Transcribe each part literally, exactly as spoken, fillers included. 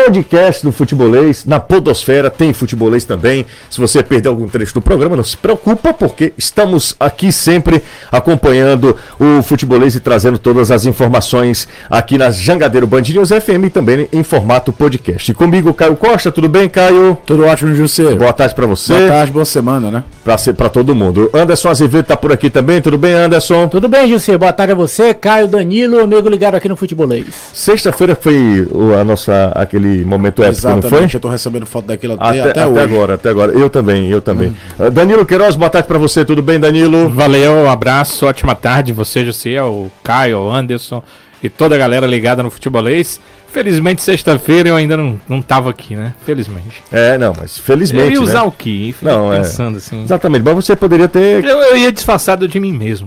podcast do Futebolês, na podosfera tem Futebolês também. Se você perdeu algum trecho do programa, não se preocupa, porque estamos aqui sempre acompanhando o Futebolês e trazendo todas as informações aqui na Jangadeiro Band News F M e também em formato podcast. E comigo, Caio Costa. Tudo bem, Caio? Tudo ótimo, José. Boa tarde pra você. Boa tarde, boa semana, né? Pra, ser, pra todo mundo. Anderson Azevedo tá por aqui também. Tudo bem, Anderson? Tudo bem, José. Boa tarde a você, Caio, Danilo, amigo ligado aqui no Futebolês. Sexta-feira foi o, a nossa, aquele momento épico, não foi? Eu tô recebendo foto daquilo até, Até, até, até hoje. agora, até agora. Eu também, eu também. Hum. Danilo Queiroz, boa tarde pra você. Tudo bem, Danilo? Valeu, um abraço, ótima tarde. Você, José, o Caio, o Anderson e toda a galera ligada no Futebolês. Felizmente, sexta-feira eu ainda não, não tava aqui, né? Felizmente. É, não, mas felizmente, Eu ia usar né? o quê? Fiquei Não, pensando é. assim. Exatamente, mas você poderia ter... Eu, eu ia disfarçado de mim mesmo.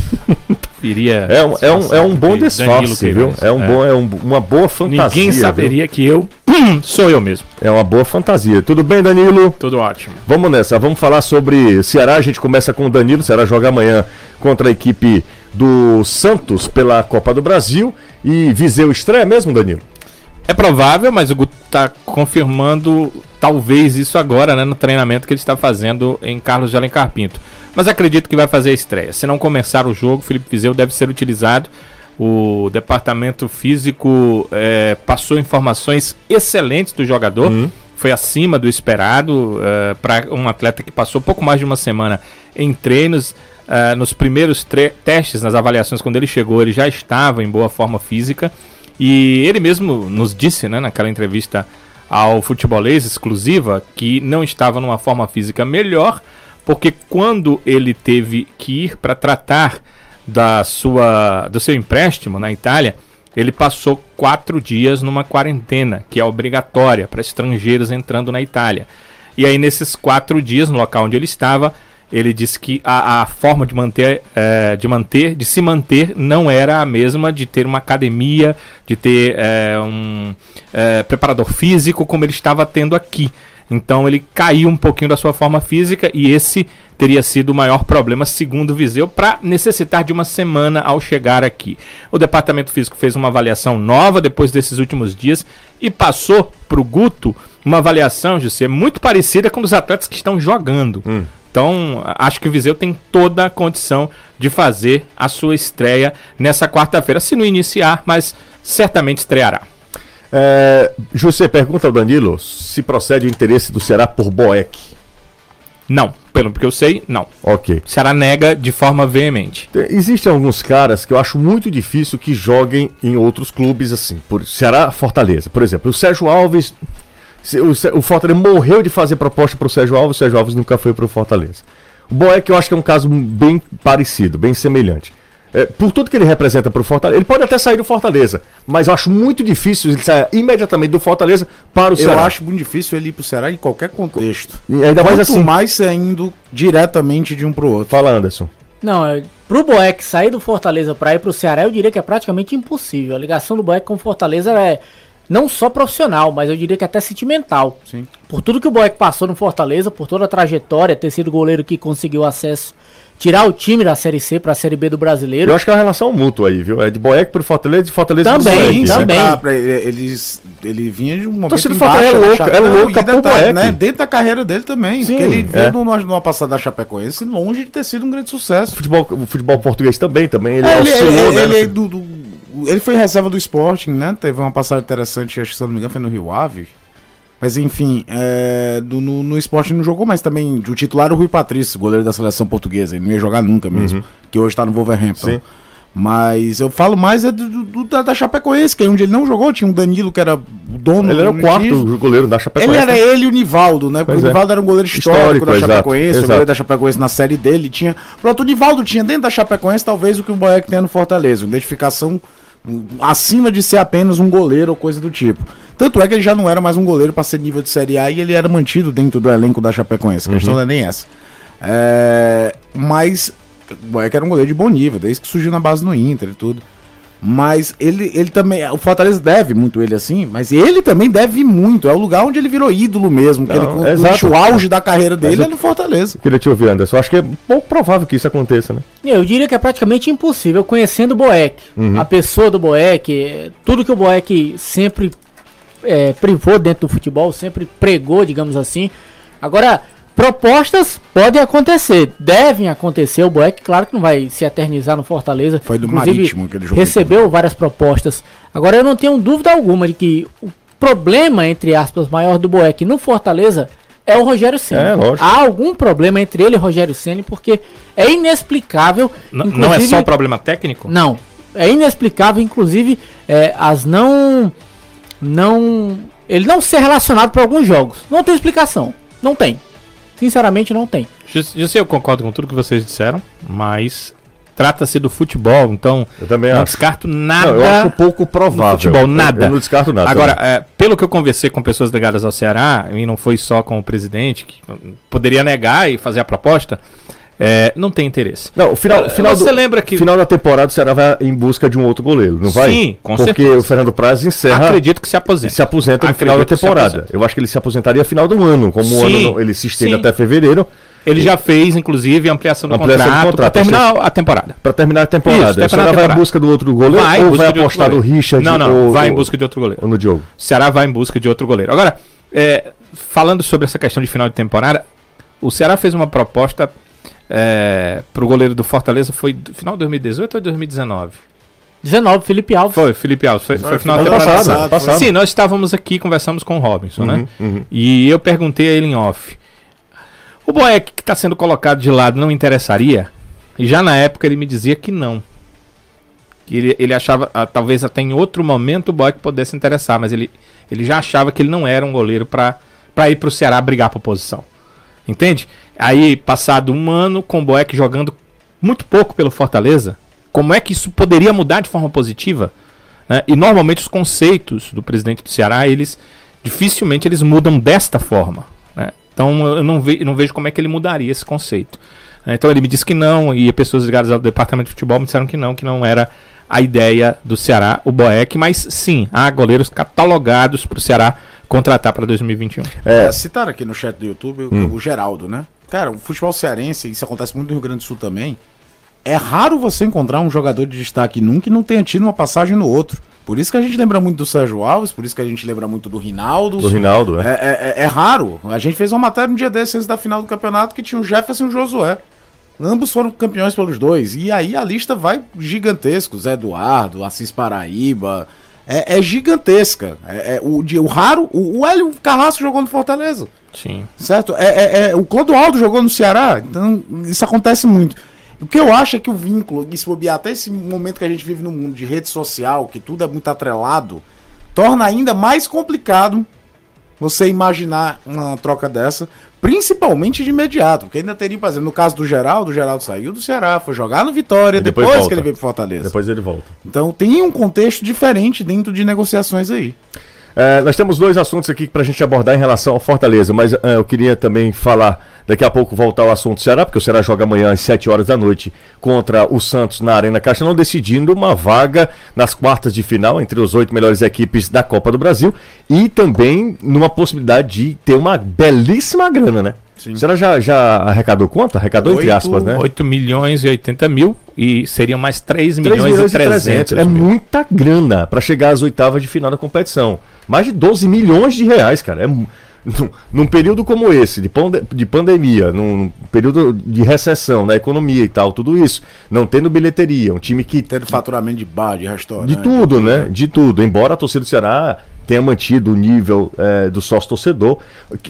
Iria é, um, é, um, é um bom de disfarce, viu? É, um é. Bom, é um, uma boa fantasia. Ninguém saberia viu? que eu sou eu mesmo. É uma boa fantasia. Tudo bem, Danilo? Tudo ótimo. Vamos nessa, vamos falar sobre Ceará. A gente começa com o Danilo. O Ceará joga amanhã contra a equipe do Santos pela Copa do Brasil. E Viseu estreia mesmo, Danilo? É provável, mas o Guto está confirmando talvez isso agora, né, no treinamento que ele está fazendo em Carlos de Alencar Pinto. Mas acredito que vai fazer a estreia. Se não começar o jogo, Felipe Viseu deve ser utilizado. O departamento físico é, passou informações excelentes do jogador. Uhum. Foi acima do esperado é, para um atleta que passou pouco mais de uma semana em treinos. É, nos primeiros tre- testes, nas avaliações, quando ele chegou, ele já estava em boa forma física. E ele mesmo nos disse, né, naquela entrevista ao Futebolês exclusiva, que não estava numa forma física melhor, porque quando ele teve que ir para tratar da sua, do seu empréstimo na Itália, ele passou quatro dias numa quarentena, que é obrigatória para estrangeiros entrando na Itália. E aí, nesses quatro dias, no local onde ele estava, ele disse que a, a forma de manter, é, de manter, de se manter não era a mesma de ter uma academia, de ter é, um é, preparador físico como ele estava tendo aqui. Então ele caiu um pouquinho da sua forma física e esse teria sido o maior problema, segundo o Viseu, para necessitar de uma semana ao chegar aqui. O departamento físico fez uma avaliação nova depois desses últimos dias e passou para o Guto uma avaliação, José, muito parecida com os atletas que estão jogando. Hum. Então, acho que o Viseu tem toda a condição de fazer a sua estreia nessa quarta-feira, se não iniciar, mas certamente estreará. É, José, pergunta ao Danilo se procede o interesse do Ceará por Boeck. Não, pelo que eu sei, não. Ok. O Ceará nega de forma veemente. Existem alguns caras que eu acho muito difícil que joguem em outros clubes assim, por Ceará, Fortaleza. Por exemplo, o Sérgio Alves... O Fortaleza morreu de fazer proposta para o Sérgio Alves, o Sérgio Alves nunca foi para o Fortaleza. O Boeck eu acho que é um caso bem parecido, bem semelhante. É, por tudo que ele representa para o Fortaleza, ele pode até sair do Fortaleza, mas eu acho muito difícil ele sair imediatamente do Fortaleza para o Ceará. Eu acho muito difícil ele ir para o Ceará em qualquer contexto. E ainda mais assim. mais saindo diretamente de um para o outro. Fala, Anderson. Não, é, pro Boeck sair do Fortaleza para ir pro Ceará, eu diria que é praticamente impossível. A ligação do Boeck com o Fortaleza é... não só profissional, mas eu diria que até sentimental. Sim. Por tudo que o Boeck passou no Fortaleza, por toda a trajetória, ter sido o goleiro que conseguiu acesso, tirar o time da Série C para a Série B do Brasileiro. Eu acho que é uma relação mútua aí, viu? É de Boeck pro Fortaleza e de Fortaleza também, pro Boeck. Também, né? pra, eles, ele vinha de um momento Torcida do embaixo, Fortaleza é louco, é louco, e pro detalhe, Boeck. né? Dentro da carreira dele também. Sim, porque ele é. veio numa, numa passada da Chapecoense longe de ter sido um grande sucesso. O futebol, o futebol português também, também. Ele é, é ele, auxiliou, ele, né? ele, ele, do, do, ele foi reserva do Sporting, né? Teve uma passagem interessante, acho que se eu não me engano foi no Rio Ave. Mas enfim, é, do, no, no Sporting não jogou, mas também o titular era o Rui Patrício, goleiro da seleção portuguesa. Ele não ia jogar nunca mesmo, uhum. que hoje tá no Wolverhampton. Sim. Mas eu falo mais é do, do, da, da Chapecoense, que é onde ele não jogou. Tinha um Danilo que era o dono. Ele era o quarto time. Goleiro da Chapecoense. Ele era ele e o Nivaldo, né? Porque o Nivaldo é. era um goleiro histórico, histórico da Chapecoense, exato, o goleiro da Chapecoense na série dele. Tinha... Pronto, o Nivaldo tinha dentro da Chapecoense talvez o que o Boeck tem no Fortaleza, uma identificação acima de ser apenas um goleiro ou coisa do tipo. Tanto é que ele já não era mais um goleiro para ser nível de Série A e ele era mantido dentro do elenco da Chapecoense. A questão uhum. não é nem essa. É... Mas o Boeck era um goleiro de bom nível, desde que surgiu na base no Inter e tudo. Mas ele, ele também, o Fortaleza deve muito ele assim, mas ele também deve muito. É o lugar onde ele virou ídolo mesmo. Não, que ele, o, o auge da carreira dele é no Fortaleza. Queria te ouvir, Anderson. Acho que é pouco provável que isso aconteça, né? Eu diria que é praticamente impossível, conhecendo o Boeck, uhum. a pessoa do Boeck, tudo que o Boeck sempre é, privou dentro do futebol, sempre pregou, digamos assim. Agora, propostas podem acontecer, devem acontecer. O Boeck, claro que não vai se eternizar no Fortaleza. Foi do Marítimo que ele jogou. Recebeu várias propostas. Agora, eu não tenho dúvida alguma de que o problema, entre aspas, maior do Boeck no Fortaleza é o Rogério Ceni. É, há algum problema entre ele e o Rogério Ceni, porque é inexplicável. N- não é só um problema técnico? Não. É inexplicável, inclusive, é, as não. Não. Ele não ser relacionado para alguns jogos. Não tem explicação. Não tem. Sinceramente, não tem. Eu sei, eu concordo com tudo que vocês disseram, mas trata-se do futebol, então eu também não acho. descarto nada. Não, eu acho pouco provável. Futebol, nada. Eu não descarto nada. Agora, é, pelo que eu conversei com pessoas ligadas ao Ceará, e não foi só com o presidente, que poderia negar e fazer a proposta, é, não tem interesse. Não, o final, final, Você do, lembra que... final da temporada o Ceará vai em busca de um outro goleiro, não vai? Sim, com Porque certeza. o Fernando Praz encerra... Acredito que se aposenta. Se aposenta no Acredito final da que se temporada. aposenta. Eu acho que ele se aposentaria no final do ano, como o Sim, ano ele se estende sim. até fevereiro. Ele já fez, inclusive, a ampliação do Ampliação contrato, do contrato, para terminar ou seja, a temporada. Para terminar a temporada. Isso, o Ceará vai em busca do outro goleiro Vai em ou busca vai de outro apostar no goleiro. Richard? Não, não, ou, vai em ou- busca de outro goleiro. ou no Diogo? O Ceará vai em busca de outro goleiro. Agora, é, falando sobre essa questão de final de temporada, o Ceará fez uma proposta é, para o goleiro do Fortaleza, foi do final de dois mil e dezoito ou dois mil e dezenove? dezenove, Felipe Alves. Foi, Felipe Alves, foi, foi, Foi final da final temporada passado, passado. Sim, nós estávamos aqui, conversamos com o Robinson, Uhum, né? uhum. E eu perguntei a ele em off. O Boeck que está sendo colocado de lado não interessaria? E já na época ele me dizia que não. Que ele, ele achava, ah, talvez até em outro momento o Boeck pudesse interessar, mas ele, ele já achava que ele não era um goleiro para ir para o Ceará brigar por posição. Entende? Aí, passado um ano com o Boeck jogando muito pouco pelo Fortaleza, como é que isso poderia mudar de forma positiva? Né? E normalmente os conceitos do presidente do Ceará, eles dificilmente eles mudam desta forma. Né? Então eu não, ve, não vejo como é que ele mudaria esse conceito. Então ele me disse que não, e pessoas ligadas ao departamento de futebol me disseram que não, que não era a ideia do Ceará, o Boeck, mas sim, há goleiros catalogados para o Ceará contratar para dois mil e vinte e um. É, citaram aqui no chat do YouTube hum. o Geraldo, né? Cara, o futebol cearense, isso acontece muito no Rio Grande do Sul também, é raro você encontrar um jogador de destaque num que não tenha tido uma passagem no outro. Por isso que a gente lembra muito do Sérgio Alves, por isso que a gente lembra muito do Rinaldo. Do Rinaldo, é. É, é, é raro. A gente fez uma matéria um dia desses da final do campeonato que tinha o Jefferson e o Josué. Ambos foram campeões pelos dois. E aí a lista vai gigantesca. Zé Eduardo, Assis Paraíba. É, é gigantesca. É, é, o, o raro. O, o Hélio Carrasco jogou no Fortaleza. Sim. Certo? É, é, é, o Clodoaldo jogou no Ceará. Então, isso acontece muito. O que eu acho é que o vínculo, e se bobear até esse momento que a gente vive no mundo de rede social, que tudo é muito atrelado, torna ainda mais complicado você imaginar uma troca dessa, principalmente de imediato, porque ainda teria, por exemplo, no caso do Geraldo, o Geraldo saiu do Ceará, foi jogar no Vitória, depois, depois que ele veio pro Fortaleza. Depois ele volta. Então tem um contexto diferente dentro de negociações aí. É, nós temos dois assuntos aqui para a gente abordar em relação ao Fortaleza, mas é, eu queria também falar, daqui a pouco voltar ao assunto do Ceará, porque o Ceará joga amanhã às sete horas da noite contra o Santos na Arena Castelão, decidindo uma vaga nas quartas de final entre os oito melhores equipes da Copa do Brasil e também numa possibilidade de ter uma belíssima grana, né? Sim. O Ceará já, já arrecadou quanto? Arrecadou entre aspas, né? oito milhões e oitenta mil e seriam mais três milhões e trezentos. É muita grana para chegar às oitavas de final da competição. Mais de doze milhões de reais, cara. É, num, num período como esse, de, pande de pandemia, num período de recessão na economia e tal, tudo isso, não tendo bilheteria, um time que... Tendo faturamento de bar, de restaurante. De tudo, né? De tudo. Embora a torcida do Ceará tenha mantido o nível é, do sócio-torcedor,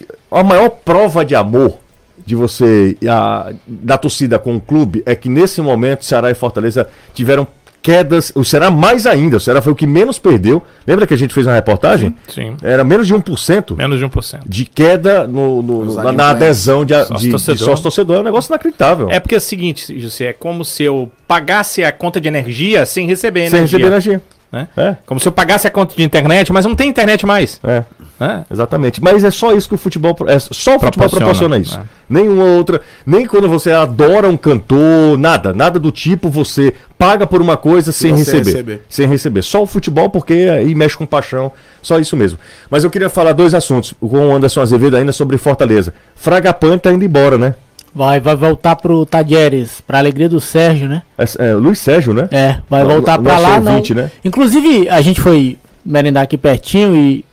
a maior prova de amor de você, a, da torcida com o clube, é que nesse momento Ceará e Fortaleza tiveram quedas, o Ceará mais ainda, o Ceará foi o que menos perdeu. Lembra que a gente fez uma reportagem? Sim. Era menos de um por cento. Menos de um por cento. De queda no, no, no, na, na adesão de, de, de sócio-torcedor. É um negócio inacreditável. É porque é o seguinte, José, é como se eu pagasse a conta de energia sem receber energia. Sem receber energia. Né? É. Como se eu pagasse a conta de internet, mas não tem internet mais. É. É. Exatamente. Mas é só isso que o futebol. É só o futebol proporciona isso. É. Nenhuma outra. Nem quando você adora um cantor, nada. Nada do tipo você paga por uma coisa sem receber, receber. Sem receber. Só o futebol, porque aí mexe com paixão. Só isso mesmo. Mas eu queria falar dois assuntos com o Anderson Azevedo ainda sobre Fortaleza. Fragapane tá indo embora, né? Vai, vai voltar pro Tadieres, pra alegria do Sérgio, né? É, é, Luiz Sérgio, né? É, vai voltar pra lá, ouvinte, não. Né? Inclusive, a gente foi merendar aqui pertinho e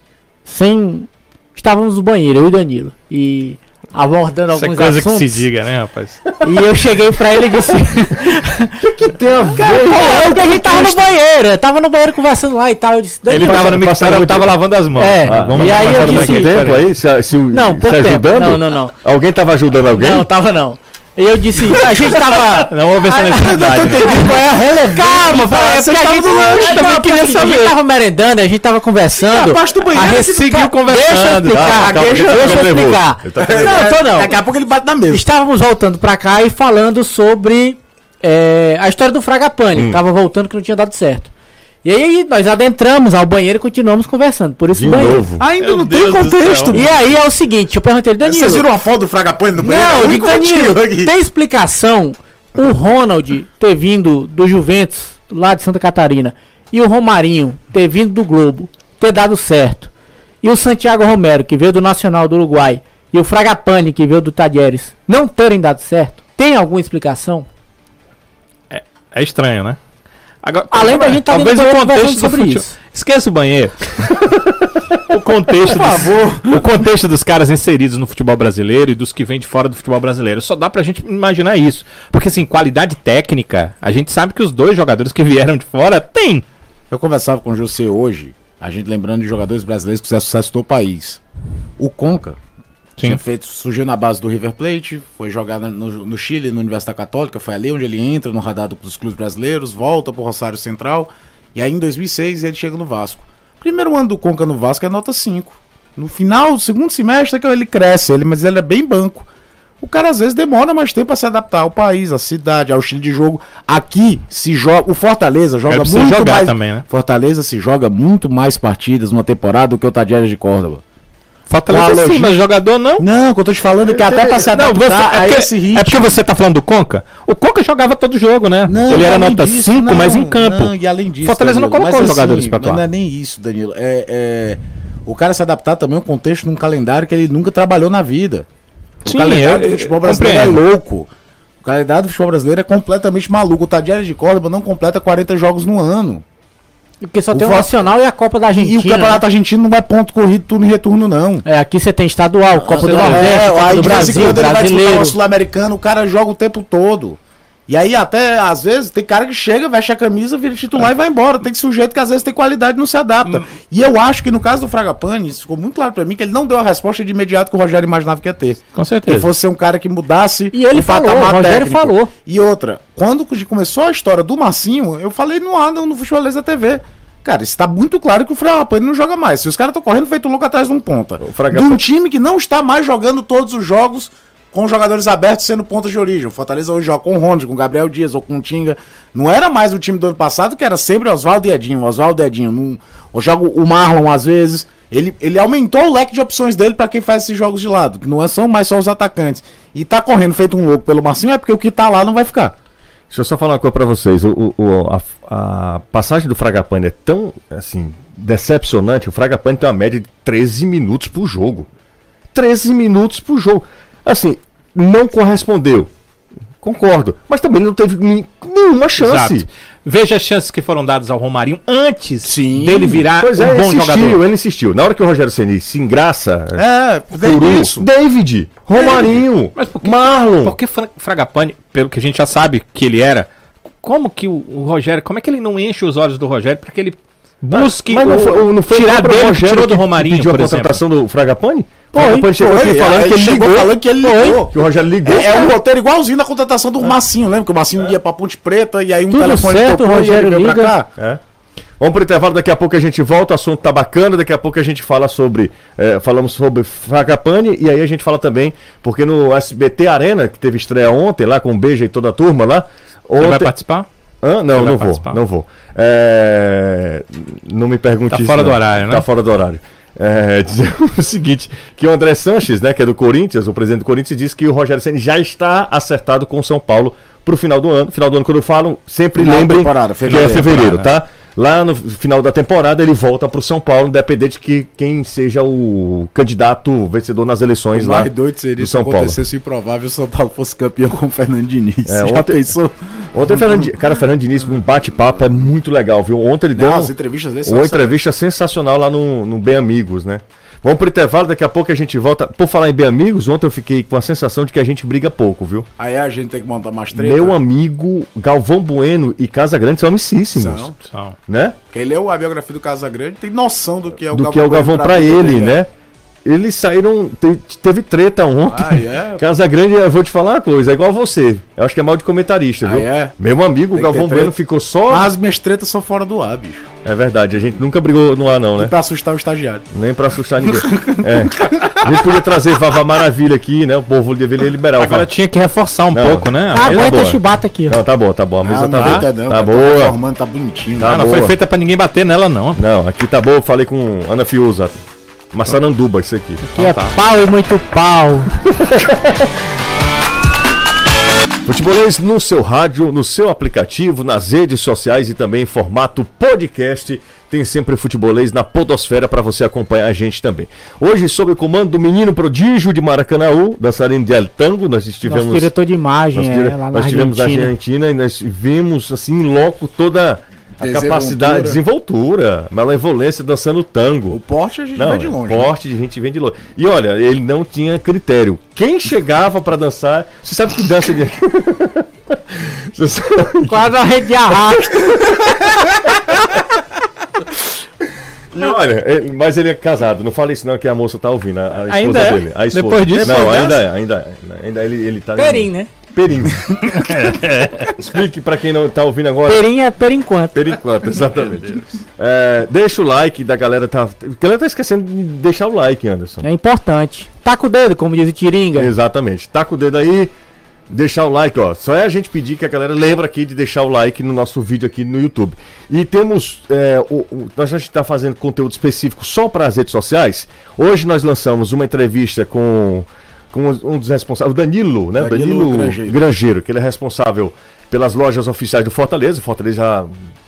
sem... Estávamos no banheiro, eu e Danilo. E abordando Isso alguns é coisa assuntos. que se diga, né, rapaz? E eu cheguei pra ele e disse... O que, que tem a ver? É, porque a gente tava no banheiro. Eu tava no banheiro conversando lá e tal. Eu disse, ele tava no mictório, eu tava lavando as mãos. É, ah, vamos e aí eu disse... tempo aí? Se, se, não, se ajudando? Não, não, não. Alguém tava ajudando alguém? Não, tava não. E eu disse, a gente tava... Não houve essa necessidade. Eu não tô entendendo qual é a relevância. Calma, é porque a gente, lanche, também queria saber. A gente tava merendando, a gente tava conversando. A parte do banheiro, a gente seguiu conversando. Deixa eu explicar, ah, calma, deixa, deixa deixa eu explicar. Tá não, tô não. Daqui a pouco ele bate na mesa. Estávamos voltando pra cá e falando sobre é, a história do Fragapane. Hum. Tava voltando que não tinha dado certo. E aí nós adentramos ao banheiro e continuamos conversando. Por isso de banheiro. Novo. Ainda Meu não Deus tem contexto. E aí é o seguinte, eu perguntei, Danilo... Vocês viram uma foto do Fragapane no banheiro? Não, eu digo, Danilo, tem explicação o Ronald ter vindo do Juventus, lá de Santa Catarina, e o Romarinho ter vindo do Globo, ter dado certo, e o Santiago Romero, que veio do Nacional do Uruguai, e o Fragapane, que veio do Talleres, não terem dado certo? Tem alguma explicação? É, é estranho, né? Agora, além da gente estar talvez o contexto sobre isso. Esquece o banheiro. o contexto, Por favor. Dos, o contexto dos caras inseridos no futebol brasileiro e dos que vêm de fora do futebol brasileiro. Só dá pra gente imaginar isso. Porque, assim, qualidade técnica, a gente sabe que os dois jogadores que vieram de fora têm. Eu conversava com o José hoje, a gente lembrando de jogadores brasileiros que fizeram sucesso no país. O Conca, Sim. tinha feito, surgiu na base do River Plate, foi jogado no, no Chile, na Universidade Católica, foi ali onde ele entra no radar dos clubes brasileiros, volta pro Rosário Central, e aí em dois mil e seis ele chega no Vasco. Primeiro ano do Conca no Vasco é nota cinco. No final, do segundo semestre, é que ele cresce, ele, mas ele é bem banco. O cara às vezes demora mais tempo para se adaptar ao país, à cidade, ao estilo de jogo. Aqui se joga, o Fortaleza joga é muito jogar mais. Também, né? Fortaleza se joga muito mais partidas numa temporada do que o Talleres de Córdoba. Fortaleza sim, mas jogador não. Não, o que eu tô te falando é que até pra se adaptar não, você, é, a porque, esse ritmo... é porque você tá falando do Conca? O Conca jogava todo jogo, né? Não, ele era nota cinco, mas em campo. Não, e além disso, Fortaleza Danilo, não colocou os assim, jogadores pra atuar. Não é nem isso, Danilo. É, é, o cara se adaptar também ao contexto num calendário que ele nunca trabalhou na vida. O sim, calendário eu, do futebol brasileiro é louco. O calendário do futebol brasileiro é completamente maluco. O Talleres de Córdoba não completa quarenta jogos no ano. Porque só o tem o Nacional e a Copa da Argentina. E o Campeonato né? Argentino não vai ponto corrido, turno e retorno, não. É, aqui você tem estadual, Copa do Nordeste, é, Copa aí do Brasil, quando ele brasileiro. Vai o Sul-Americano, o cara joga o tempo todo. E aí até, às vezes, tem cara que chega, veste a camisa, vira titular é. e vai embora. Tem sujeito que às vezes tem qualidade e não se adapta. Hum. E eu acho que no caso do Fragapane, isso ficou muito claro pra mim, que ele não deu a resposta de imediato que o Rogério imaginava que ia ter. Com certeza. Que fosse ser um cara que mudasse e ele o falou, patamar o Rogério técnico. Falou. E outra, quando começou a história do Marcinho, eu falei no ar, no Futebolês da T V. Cara, está muito claro que o Fragapane não joga mais. Se os caras estão correndo feito louco atrás de um ponta. De um time que não está mais jogando todos os jogos com jogadores abertos sendo pontas de origem. O Fortaleza hoje joga com o Ronald, com o Gabriel Dias ou com o Tinga. Não era mais o time do ano passado, que era sempre Oswaldo e Edinho. Oswaldo e Edinho. Não, ou joga o Marlon às vezes. Ele, ele aumentou o leque de opções dele para quem faz esses jogos de lado. Que não são mais só os atacantes. E tá correndo feito um louco pelo Marcinho é porque o que tá lá não vai ficar. Deixa eu só falar uma coisa pra vocês. O, o, a, a passagem do Fragapane é tão, assim, decepcionante. O Fragapane tem uma média de treze minutos por jogo. treze minutos por jogo. Assim, não correspondeu. Concordo. Mas também não teve nenhuma chance. Exato. Veja as chances que foram dadas ao Romarinho antes Sim. dele virar pois um é, bom insistiu, jogador. Ele insistiu. Na hora que o Rogério Ceni se engraça... É, por isso. David, Romarinho, Mas por que, Marlon... Por que Fragapane, pelo que a gente já sabe que ele era, como que o, o Rogério... Como é que ele não enche os olhos do Rogério para que ele busque mas não foi, não foi tirar dele, Rogério tirou do Romarinho, pediu por a contratação exemplo. do Fragapane? Foi, Fragapane chegou foi, aqui falando que ele ligou. Falando que ele ligou. Que o Rogério ligou. É, é um roteiro igualzinho da contratação do é. Massinho, lembra? Que o Massinho é. ia pra Ponte Preta e aí um Tudo telefone certo, tocou o Rogério e ele veio liga. pra cá. É. Vamos pro intervalo, daqui a pouco a gente volta, o assunto tá bacana, daqui a pouco a gente fala sobre, é, falamos sobre Fragapane e aí a gente fala também, porque no S B T Arena, que teve estreia ontem lá com o Beija e toda a turma lá... Ontem... Você vai participar? Hã? Não, não vou, participar? não vou. É... Não me pergunte tá isso. Tá fora não. do horário, né? Tá fora do horário. É, dizer o seguinte, que o André Sanches, né, que é do Corinthians, o presidente do Corinthians, disse que o Rogério Ceni já está acertado com o São Paulo pro final do ano. Final do ano, quando eu falo, sempre lembrem que é fevereiro, tá? Lá no final da temporada ele volta pro São Paulo, independente de que quem seja o candidato vencedor nas eleições o lá mais doido seria do São se Paulo. acontecesse improvável se o São Paulo fosse campeão com o Fernando Diniz. É, já ontem... pensou? Ontem, Fernando, cara, Fernando Diniz, um bate-papo é muito legal, viu? Ontem ele deu Não, as entrevistas dele uma entrevista sensacional lá no, no Bem Amigos, né? Vamos pro intervalo, daqui a pouco a gente volta. Por falar em Bem Amigos, ontem eu fiquei com a sensação de que a gente briga pouco, viu? Aí a gente tem que montar mais treta. Meu amigo Galvão Bueno e Casagrande são amicíssimos. São, são. Né? Porque ele é a biografia do Casagrande, tem noção do que é o do Galvão. Do que é o Galvão pra, pra ele, né? Eles saíram, te, teve treta ontem. Ah, é? Casagrande, eu vou te falar uma coisa, é igual você. Eu acho que é mal de comentarista, ah, viu? É? Meu amigo, o Galvão Bueno ficou só... As minhas tretas são fora do ar, bicho. É verdade, a gente nunca brigou no ar não, né? Nem pra assustar o estagiário. Nem pra assustar ninguém. É. A gente podia trazer Vava Maravilha aqui, né? O povo deveria liberar. Agora o tinha que reforçar um não. pouco, né? Ah, aguenta a chibata aqui. Não, tá bom, tá bom. A mesa não, tá boa. Não, tá tá boa. Formando, tá bonitinho. Tá não, não foi feita pra ninguém bater nela, não. Não, aqui tá boa, eu falei com Ana Fiuza. Massaranduba, isso aqui. Aqui então, é tá. Pau e muito pau. Futebolês no seu rádio, no seu aplicativo, nas redes sociais e também em formato podcast. Tem sempre Futebolês na podosfera para você acompanhar a gente também. Hoje, sob o comando do menino prodígio de Maracanaú, dançarino de El Tango, nós estivemos... Nosso diretor de imagem, nós, é, lá nós estivemos na Argentina e nós vimos, assim, em loco toda... A capacidade, desenvoltura, malevolência dançando tango. O porte a gente não, vem de longe. O porte né? a gente vem de longe. E olha, ele não tinha critério. Quem chegava pra dançar, você sabe que dança de... Quase a rede de arrasto. E olha, ele, mas ele é casado, não fala isso não, que a moça tá ouvindo, a, a esposa ainda é? dele. A esposa. Depois disso? Não, ainda é, ainda é. Ainda ele, ele tá... Perim, né? Perim. Explique pra quem não tá ouvindo agora. Perim é per enquanto. Per enquanto, exatamente. É, deixa o like da galera. Tá, a galera tá esquecendo de deixar o like, Anderson. É importante. Taca o dedo, como diz o Tiringa. Exatamente. Taca o dedo aí, deixar o like, ó. Só é a gente pedir que a galera lembra aqui de deixar o like no nosso vídeo aqui no YouTube. E temos. É, o, o, nós já está fazendo conteúdo específico só para as redes sociais. Hoje nós lançamos uma entrevista com. com um dos responsáveis, o Danilo, né? Danilo, Danilo Grangeiro. Grangeiro, que ele é responsável pelas lojas oficiais do Fortaleza. O Fortaleza já,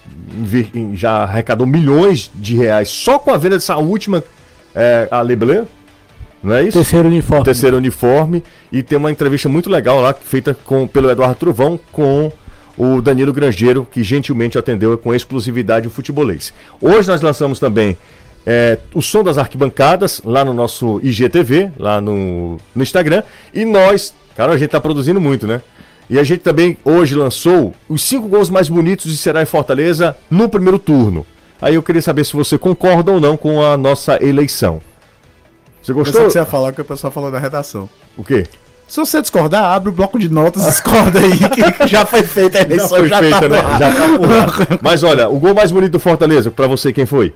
já arrecadou milhões de reais só com a venda dessa última, é, a Leblanc, não é isso? Terceiro uniforme. Terceiro uniforme. E tem uma entrevista muito legal lá, feita com, pelo Eduardo Truvão, com o Danilo Grangeiro, que gentilmente atendeu com exclusividade o futebolês. Hoje nós lançamos também É, o som das arquibancadas lá no nosso I G T V, lá no, no Instagram. E nós, cara, a gente tá produzindo muito, né? E a gente também hoje lançou os cinco gols mais bonitos de Ceará e Fortaleza no primeiro turno. Aí eu queria saber se você concorda ou não com a nossa eleição. Você gostou? Eu que você ia falar que o pessoal falou da redação. O quê? Se você discordar, abre o bloco de notas e discorda aí, que já foi feita a eleição. Já foi já feita, tá né? Já tá por Mas olha, o gol mais bonito do Fortaleza, pra você, quem foi?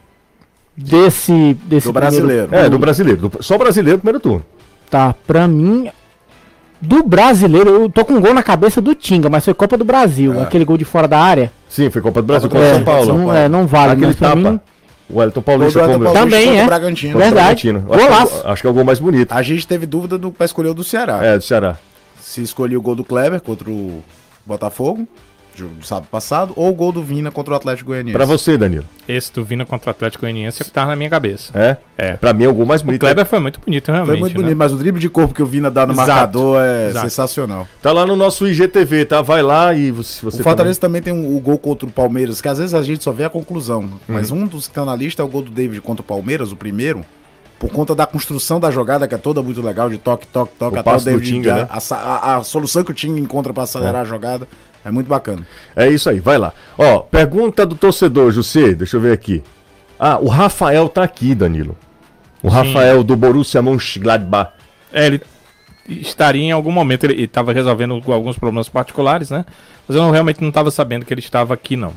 Desse, desse do brasileiro. É, do brasileiro. Do, só brasileiro primeiro turno. Tá, pra mim, do brasileiro, eu tô com um gol na cabeça do Tinga, mas foi Copa do Brasil. É. Aquele gol de fora da área. Sim, foi Copa do Brasil contra é, São Paulo. Não, é, não vale. Aquele tapa. Mim... O Elton Paulista como... Também é. Bragantino. Verdade. Acho que, acho que é o gol mais bonito. A gente teve dúvida do, pra escolher o do Ceará. É, do Ceará. Se escolher o gol do Kleber contra o Botafogo, do sábado passado, ou o gol do Vina contra o Atlético Goianiense. Pra você, Danilo. Esse do Vina contra o Atlético Goianiense é que tava na minha cabeça. É? É. Pra mim é o gol mais bonito. O Kleber foi muito bonito, realmente. Foi muito bonito, né? Mas o drible de corpo que o Vina dá no Exato. marcador é Exato. sensacional. Tá lá no nosso I G T V, tá? Vai lá e você... você o Fortaleza também, também tem o um, um gol contra o Palmeiras, que às vezes a gente só vê a conclusão. Hum. Mas um dos que tá na lista é o gol do David contra o Palmeiras, o primeiro, por conta da construção da jogada, que é toda muito legal, de toque, toque, toque, o até o David Tinga, né? a, a, a solução que o time encontra pra acelerar é. a jogada. É muito bacana. É isso aí, vai lá. Ó, pergunta do torcedor, José, deixa eu ver aqui. Ah, o Rafael tá aqui, Danilo. O Sim. Rafael do Borussia Mönchengladbach. É, ele estaria em algum momento, ele estava resolvendo alguns problemas particulares, né? Mas eu não, realmente não estava sabendo que ele estava aqui, não.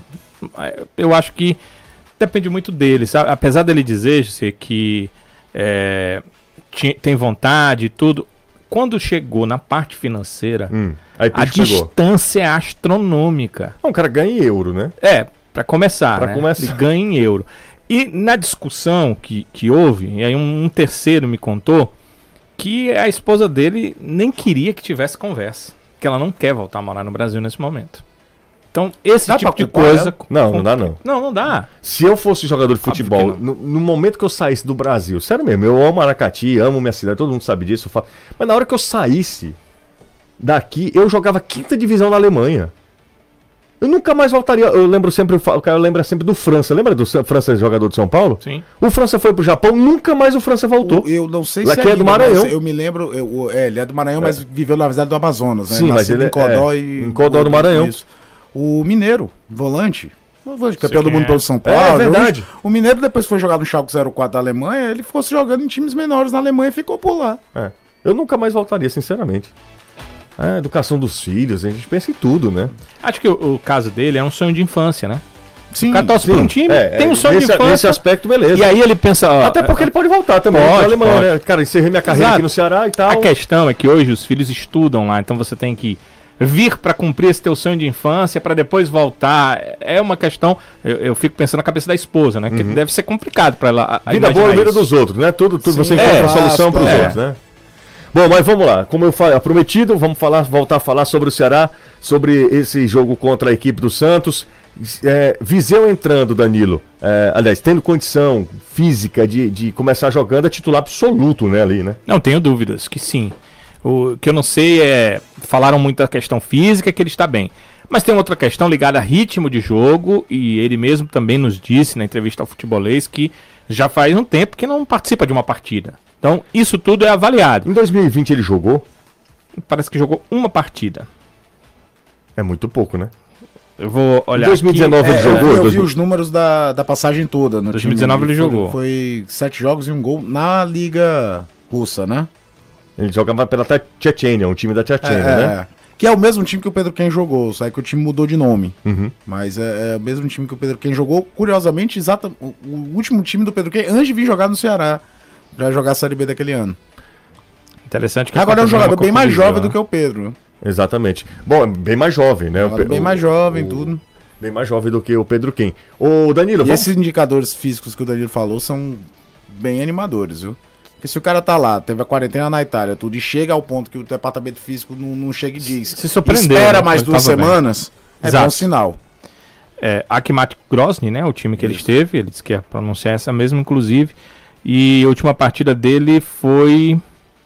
Eu acho que depende muito dele, sabe? Apesar dele dizer, José, que é, tem vontade e tudo, quando chegou na parte financeira... Hum. A distância é astronômica. O cara ganha em euro, né? É, para começar, pra né? começar. Ele ganha em euro. E na discussão que, que houve, e aí um, um terceiro me contou que a esposa dele nem queria que tivesse conversa. Que ela não quer voltar a morar no Brasil nesse momento. Então, esse dá tipo de coisa... Ela? Não, não dá não. Não, não dá. Se eu fosse jogador de futebol, no, no momento que eu saísse do Brasil, sério mesmo, eu amo Aracati, amo minha cidade, todo mundo sabe disso, eu falo, mas na hora que eu saísse... Daqui, eu jogava quinta divisão na Alemanha. Eu nunca mais voltaria. Eu lembro sempre, o cara lembra sempre do França. Lembra do França, jogador de São Paulo? Sim. O França foi pro Japão, nunca mais o França voltou. O, eu não sei se é, é do Maranhão. Eu me lembro, eu, é, ele é do Maranhão, é. mas viveu na verdade do Amazonas, né? Sim, mas ele em Codó é, e em Codó do Maranhão. Isso. O Mineiro, volante. Campeão do mundo pelo São Paulo. É, é verdade. O Mineiro depois foi jogar no Schalke zero quatro da Alemanha, ele ficou se jogando em times menores na Alemanha e ficou por lá. É. Eu nunca mais voltaria, sinceramente. A educação dos filhos, a gente pensa em tudo, né? Acho que o, o caso dele é um sonho de infância, né? Sim, o cara torce por um time, é, tem um sonho nesse, de infância. Nesse aspecto, beleza. E aí ele pensa... Ó, até porque ele pode voltar também. Pode, Alemanha, né? Cara, encerrei minha carreira Exato. aqui no Ceará e tal. A questão é que hoje os filhos estudam lá, então você tem que vir para cumprir esse teu sonho de infância, para depois voltar. É uma questão... Eu, eu fico pensando na cabeça da esposa, né? Que uhum. deve ser complicado para ela. A, a vida boa na vida dos outros, né? Tudo, tudo você encontra é, a solução para os é. outros, né? Bom, mas vamos lá. Como eu falei, prometido, vamos falar, voltar a falar sobre o Ceará, sobre esse jogo contra a equipe do Santos. É, Viseu entrando, Danilo, é, aliás, tendo condição física de, de começar jogando, é titular absoluto, né, ali, né? Não tenho dúvidas que sim. O que eu não sei é, falaram muito da questão física, que ele está bem. Mas tem outra questão ligada a ritmo de jogo, e ele mesmo também nos disse na entrevista ao Futebolês que já faz um tempo que não participa de uma partida. Então, isso tudo é avaliado. Em dois mil e vinte ele jogou? Parece que jogou uma partida. É muito pouco, né? Eu vou olhar. Em dois mil e dezenove aqui, ele é, jogou? Eu, eu vi os números da, da passagem toda. No dois mil e dezenove ele jogou. Foi, foi sete jogos e um gol na Liga Russa, né? Ele jogava pela Tchetchênia, um time da Tchetchênia, é, né? Que é o mesmo time que o Pedro Ken jogou, só que o time mudou de nome. Uhum. Mas é, é o mesmo time que o Pedro Ken jogou. Curiosamente, exata, o, o último time do Pedro Ken antes de vir jogar no Ceará. Já jogar a Série B daquele ano. Interessante que agora é um jogador bem mais jovem do que o Pedro. Né? Exatamente. Bom, bem mais jovem, né? O, bem mais jovem, o, tudo. Bem mais jovem do que o Pedro Ken. Ô, Danilo, e vamos... esses indicadores físicos que o Danilo falou são bem animadores, viu? Porque se o cara tá lá, teve a quarentena na Itália, tudo, e chega ao ponto que o departamento físico não, não chega e diz. Se surpreendeu. Espera né? mais duas semanas, bem. é Exato. bom sinal. É, Akhmat Grozny, né? O time que Isso. ele esteve, ele disse que ia pronunciar essa mesma, inclusive. E a última partida dele foi...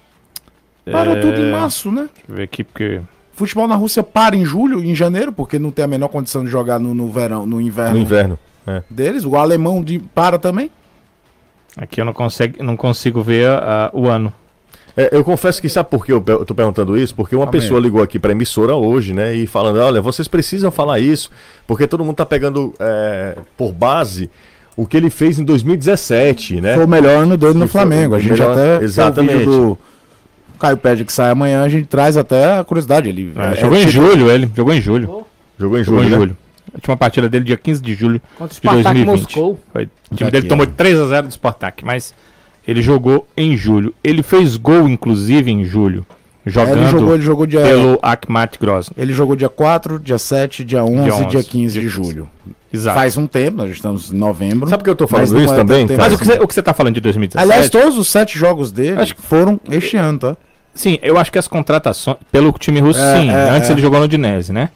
Parou é... tudo em março, né? Deixa eu ver aqui, porque... Futebol na Rússia para em julho, em janeiro, porque não tem a menor condição de jogar no, no verão, no inverno. No inverno, é. Deles. O alemão de... para também. Aqui eu não consigo, não consigo ver uh, o ano. É, eu confesso que sabe por que eu tô perguntando isso? Porque uma Amém. pessoa ligou aqui pra emissora hoje, né? E falando, olha, vocês precisam falar isso, porque todo mundo tá pegando é, por base... O que ele fez em dois mil e dezessete, né? Foi o melhor ano dele no Flamengo. A gente melhor... até... Exatamente. Do Caio pede que sai amanhã, a gente traz até a curiosidade. Ele é, é, jogou é, em tipo... julho, ele. Jogou em julho. Jogou em julho, jogou em julho. Né? A última partida dele, dia quinze de julho contra o Spartak de dois mil e vinte. Moscou. Foi. O time dele tomou três a zero do Spartak, mas ele jogou em julho. Ele fez gol, inclusive, em julho. Jogando é, ele jogou, ele jogou dia... pelo Akhmat Grozny. Ele jogou dia quatro, dia sete, dia onze, dia, onze, dia quinze dia de julho. Exato. Faz um tempo, nós estamos em novembro. Sabe por que eu tô falando isso também? Mas o que, você, o que você tá falando de dois mil e dezessete? Aliás, todos os sete jogos dele acho que foram este ano, tá? Sim, eu acho que as contratações, pelo time russo, é, sim. É, Antes é. ele jogou no Udinese, né?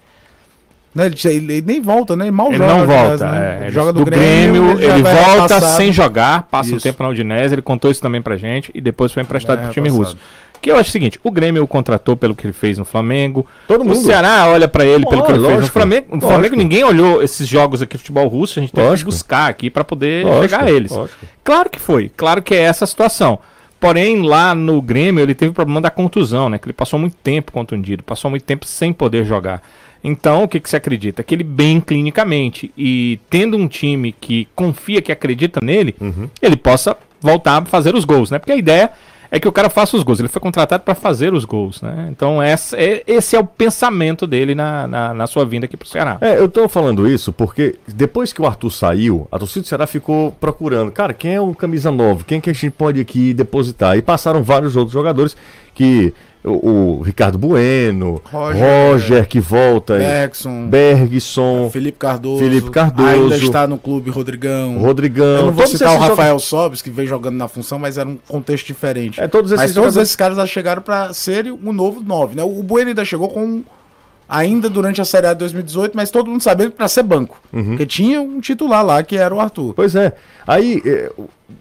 Ele, ele, ele nem volta, né? Ele mal ele joga. Ele não volta. Udinese, né? Ele ele joga do, do Grêmio, Grêmio, ele, ele volta passado. sem jogar, passa isso. um tempo na Udinese, ele contou isso também pra gente e depois foi emprestado é, pro time passado. russo. Que eu acho o seguinte, o Grêmio o contratou pelo que ele fez no Flamengo. Todo mundo. O Ceará olha pra ele oh, pelo que ele lógico, fez no Flamengo. No Flamengo ninguém olhou esses jogos aqui de futebol russo, a gente tem lógico. que buscar aqui pra poder lógico, chegar a eles. Lógico. Claro que foi, claro que é essa a situação. Porém, lá no Grêmio ele teve o problema da contusão, né? Que ele passou muito tempo contundido, passou muito tempo sem poder jogar. Então, o que, que você acredita? Que ele bem clinicamente e tendo um time que confia, que acredita nele, uhum. ele possa voltar a fazer os gols, né? Porque a ideia é que o cara faça os gols. Ele foi contratado para fazer os gols, né? Então essa, é, esse é o pensamento dele na, na, na sua vinda aqui pro Ceará. É, eu tô falando isso porque depois que o Arthur saiu, a torcida do Ceará ficou procurando. Cara, quem é o camisa nove? Quem que a gente pode aqui depositar? E passaram vários outros jogadores que... O, o Ricardo Bueno, Roger, Roger que volta, Bergson, Bergson, Felipe Cardoso, Felipe Cardoso, ainda está no clube Rodrigão. Rodrigão. Eu não vou citar o Rafael joga... Sobis, que vem jogando na função, mas era um contexto diferente. É, todos esses mas todos esses caras já chegaram para serem o novo nove, né? O Bueno ainda chegou com ainda durante a Série A de dois mil e dezoito, mas todo mundo sabendo para ser banco, uhum. porque tinha um titular lá que era o Arthur. Pois é. Aí é,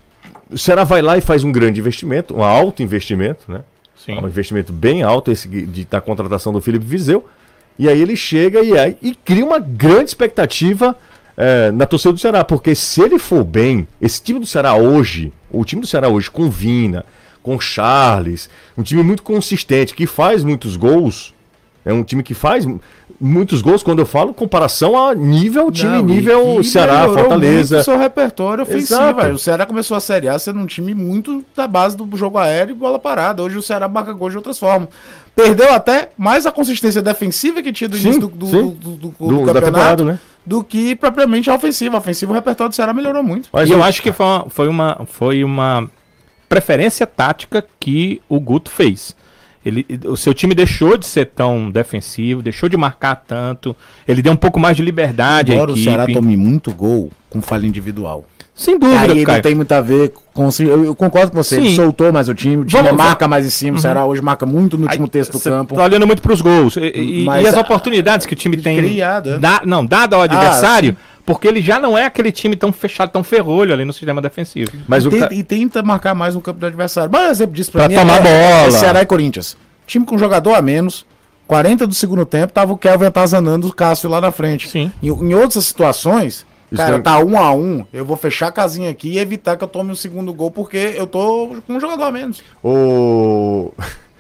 o Ceará vai lá e faz um grande investimento, um alto investimento, né? Sim. Um investimento bem alto esse de, da contratação do Felipe Viseu. E aí ele chega e, aí, e cria uma grande expectativa é, na torcida do Ceará, porque se ele for bem, esse time do Ceará hoje, o time do Ceará hoje com Vina, com Charles, um time muito consistente, que faz muitos gols, é um time que faz muitos gols, quando eu falo comparação a nível, time não, nível Ceará, Fortaleza. O seu repertório ofensivo, o Ceará começou a Série A sendo um time muito da base do jogo aéreo e bola parada. Hoje o Ceará marca gol de outras formas. Perdeu até mais a consistência defensiva que tinha do início do, do, do, do, do, do, do campeonato, né? Do que propriamente a ofensiva. A ofensiva, o repertório do Ceará melhorou muito. Mas e eu, eu acho que foi uma, foi uma, foi uma preferência tática que o Guto fez. Ele, o seu time deixou de ser tão defensivo, deixou de marcar tanto, ele deu um pouco mais de liberdade. Agora o Ceará tome muito gol com falha individual. Sem dúvida, aí não tem muito a ver com... Eu, eu concordo com você, Sim. ele soltou mais o time, o time Vamos, marca mais em cima, uhum. o Ceará hoje marca muito no último aí, terço do campo. Tá olhando muito para os gols. E, e, e as oportunidades que o time tem... Criado, da, não, dado ao adversário... Ah, porque ele já não é aquele time tão fechado, tão ferrolho ali no sistema defensivo. Mas e, o tenta, ca... e tenta marcar mais no campo do adversário. Mas exemplo disso pra, pra mim tomar é, bola. É Ceará e Corinthians. Time com jogador a menos, quarenta do segundo tempo, tava o Kelvin atazanando o Cássio lá na frente. Sim. Em, em outras situações, Isso cara, é... tá um a um, eu vou fechar a casinha aqui e evitar que eu tome o segundo gol, porque eu tô com um jogador a menos. O...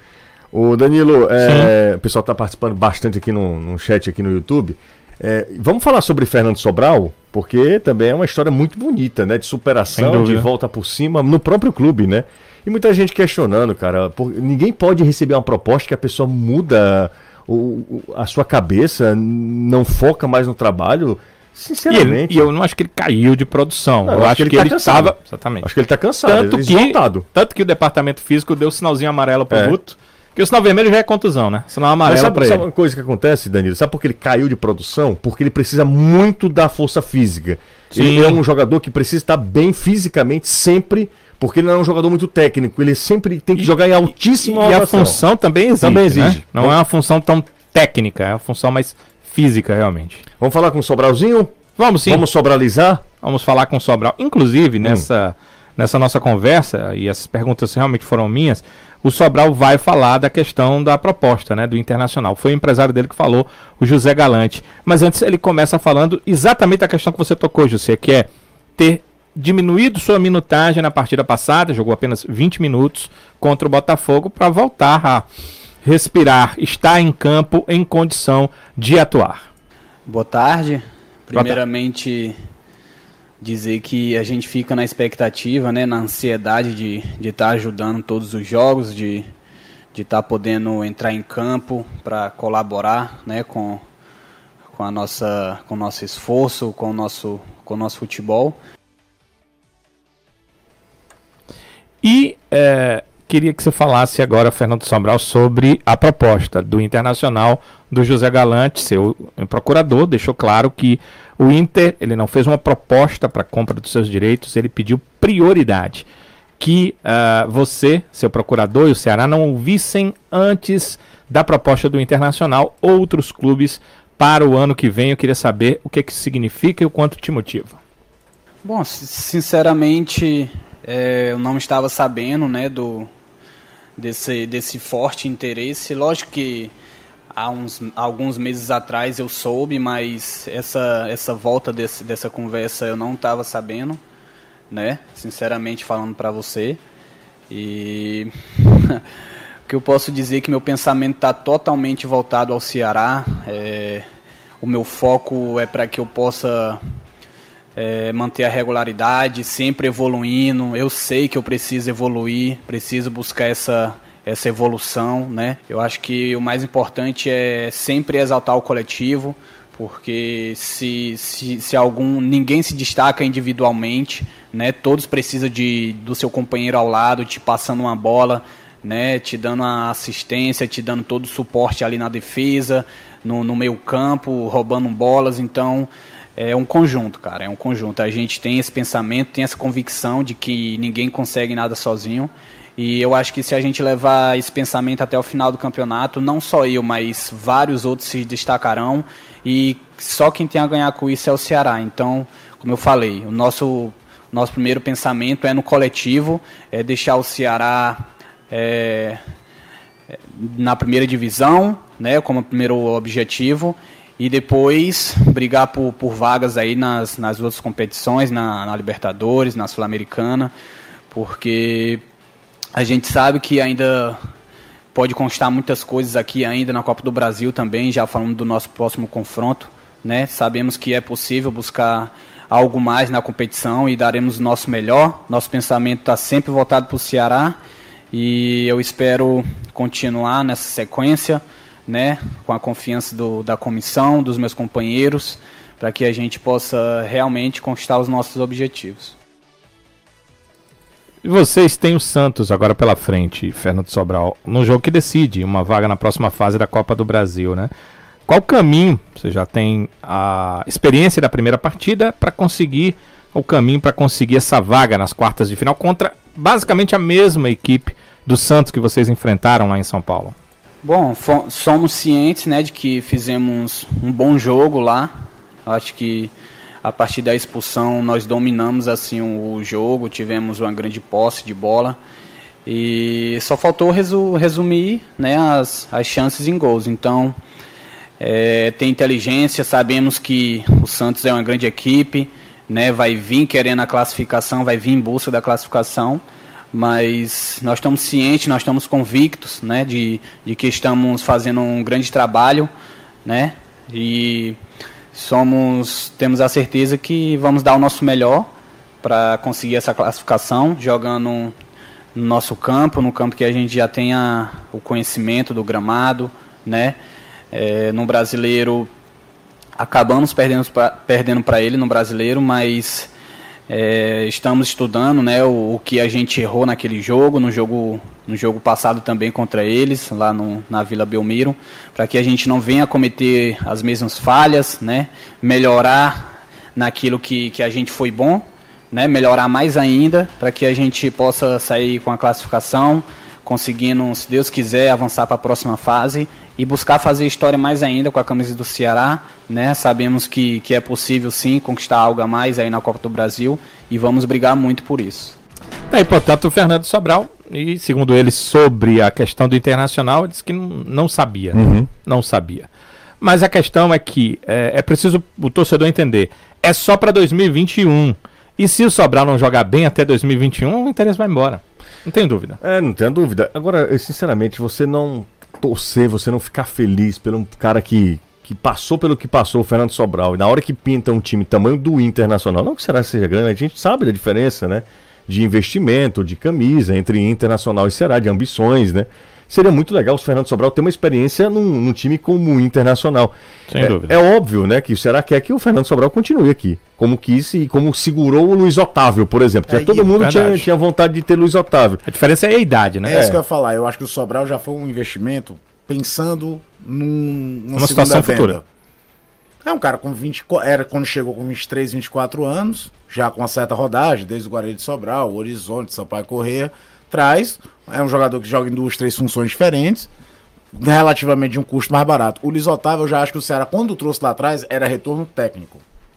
o Danilo, é... o pessoal tá participando bastante aqui no, no chat aqui no YouTube. É, vamos falar sobre Fernando Sobral, porque também é uma história muito bonita, né? De superação, de volta por cima, no próprio clube, né? E muita gente questionando, cara, por, ninguém pode receber uma proposta que a pessoa muda o, o, a sua cabeça, não foca mais no trabalho, sinceramente. E, ele, e eu não acho que ele caiu de produção, não, eu, eu acho, acho que ele, que ele tá estava... Exatamente. Acho que ele está cansado, tanto ele que, tanto que o departamento físico deu sinalzinho amarelo pro Guto. É. Porque o sinal vermelho já é contusão, né? Sinal amarelo sabe, pra sabe ele. uma coisa que acontece, Danilo? Sabe por que ele caiu de produção? Porque ele precisa muito da força física. Sim. Ele é um jogador que precisa estar bem fisicamente sempre, porque ele não é um jogador muito técnico. Ele sempre tem que e, jogar em altíssima E, e a função também exige. Também exige. Né? Não Vamos... é uma função tão técnica, é uma função mais física, realmente. Vamos falar com o Sobralzinho? Vamos sim. Vamos sobralizar? Vamos falar com o Sobral. Inclusive, hum. nessa, nessa nossa conversa, e essas perguntas realmente foram minhas, o Sobral vai falar da questão da proposta, né, do Internacional. Foi o empresário dele que falou, o José Galante. Mas antes ele começa falando exatamente a questão que você tocou, José, que é ter diminuído sua minutagem na partida passada, jogou apenas vinte minutos contra o Botafogo, para voltar a respirar, estar em campo em condição de atuar. Boa tarde. Primeiramente, dizer que a gente fica na expectativa, né, na ansiedade de estar tá ajudando todos os jogos, de de estar tá podendo entrar em campo para colaborar, né, com, com, a nossa, com o nosso esforço, com o nosso, com o nosso futebol. E é, queria que você falasse agora, Fernando Sobral, sobre a proposta do Internacional do José Galante, seu procurador, deixou claro que o Inter, ele não fez uma proposta para a compra dos seus direitos, ele pediu prioridade. Que uh, você, seu procurador e o Ceará não ouvissem antes da proposta do Internacional outros clubes para o ano que vem. Eu queria saber o que, que isso significa e o quanto te motiva. Bom, sinceramente, é, eu não estava sabendo, né, do, desse, desse forte interesse. Lógico que há uns, alguns meses atrás eu soube, mas essa, essa volta desse, dessa conversa eu não estava sabendo, né? Sinceramente falando para você. E o que eu posso dizer é que meu pensamento está totalmente voltado ao Ceará. É, o meu foco é para que eu possa é, manter a regularidade, sempre evoluindo. Eu sei que eu preciso evoluir, preciso buscar essa essa evolução, né? Eu acho que o mais importante é sempre exaltar o coletivo, porque se, se, se algum ninguém se destaca individualmente, né? Todos precisam de, do seu companheiro ao lado, te passando uma bola, né? Te dando a assistência, te dando todo o suporte ali na defesa, no, no meio campo, roubando bolas. Então é um conjunto, cara, é um conjunto. A gente tem esse pensamento, tem essa convicção de que ninguém consegue nada sozinho. E eu acho que se a gente levar esse pensamento até o final do campeonato, não só eu, mas vários outros se destacarão. E só quem tem a ganhar com isso é o Ceará. Então, como eu falei, o nosso, nosso primeiro pensamento é no coletivo, é deixar o Ceará é, na primeira divisão, né, como primeiro objetivo, e depois brigar por, por vagas aí nas, nas outras competições, na, na Libertadores, na Sul-Americana, porque a gente sabe que ainda pode constar muitas coisas aqui ainda na Copa do Brasil também, já falando do nosso próximo confronto, né? Sabemos que é possível buscar algo mais na competição e daremos o nosso melhor. Nosso pensamento está sempre voltado para o Ceará e eu espero continuar nessa sequência, né, com a confiança do, da comissão, dos meus companheiros, para que a gente possa realmente conquistar os nossos objetivos. E vocês têm o Santos agora pela frente, Fernando Sobral, num jogo que decide uma vaga na próxima fase da Copa do Brasil, né? Qual o caminho? Você já tem a experiência da primeira partida para conseguir o caminho para conseguir essa vaga nas quartas de final contra basicamente a mesma equipe do Santos que vocês enfrentaram lá em São Paulo? Bom, somos cientes, né, de que fizemos um bom jogo lá. Acho que a partir da expulsão nós dominamos assim o jogo, tivemos uma grande posse de bola e só faltou resu resumir, né, as, as chances em gols. Então, é, tem inteligência, sabemos que o Santos é uma grande equipe, né, vai vir querendo a classificação, vai vir em busca da classificação. Mas nós estamos cientes, nós estamos convictos, né, de, de que estamos fazendo um grande trabalho, né, e somos, temos a certeza que vamos dar o nosso melhor para conseguir essa classificação, jogando no nosso campo, no campo que a gente já tenha o conhecimento do gramado, né, é, no Brasileiro acabamos perdendo para perdendo para ele no Brasileiro, mas É, estamos estudando, né, o, o que a gente errou naquele jogo, no jogo, no jogo passado também contra eles, lá no, na Vila Belmiro, para que a gente não venha a cometer as mesmas falhas, né, melhorar naquilo que, que a gente foi bom, né, melhorar mais ainda, para que a gente possa sair com a classificação, conseguindo, se Deus quiser, avançar para a próxima fase e buscar fazer história mais ainda com a camisa do Ceará, né? Sabemos que, que é possível sim conquistar algo a mais aí na Copa do Brasil e vamos brigar muito por isso. É, portanto, o Fernando Sobral, e segundo ele, sobre a questão do Internacional, disse que não, não sabia, uhum. não sabia. Mas a questão é que é, é preciso o torcedor entender, é só para dois mil e vinte e um, e se o Sobral não jogar bem até dois mil e vinte e um, o interesse vai embora, não tem dúvida. É, não tem dúvida. Agora, sinceramente, você não torcer, você não ficar feliz pelo cara que, que passou pelo que passou, o Fernando Sobral, e na hora que pinta um time tamanho do Internacional, não que será que seja grande, a gente sabe da diferença, né, de investimento, de camisa, entre Internacional e Ceará, de ambições, né, seria muito legal se o Fernando Sobral ter uma experiência num, num time como o Internacional. Sem é, dúvida. É óbvio, né, que o Ceará quer que o Fernando Sobral continue aqui, como quis e como segurou o Luiz Otávio, por exemplo, é, todo mundo tinha, tinha vontade de ter Luiz Otávio. A diferença é a idade, né? É, é isso que eu ia falar, eu acho que o Sobral já foi um investimento pensando num, numa situação futura. É um cara com vinte, era quando chegou com vinte e três, vinte e quatro anos, já com uma certa rodagem, desde o Guarani de Sobral, o Horizonte, Sampaio Corrêa, traz, é um jogador que joga em duas, três funções diferentes, relativamente de um custo mais barato. O Luiz Otávio, eu já acho que o Ceará, quando trouxe lá atrás, era retorno técnico.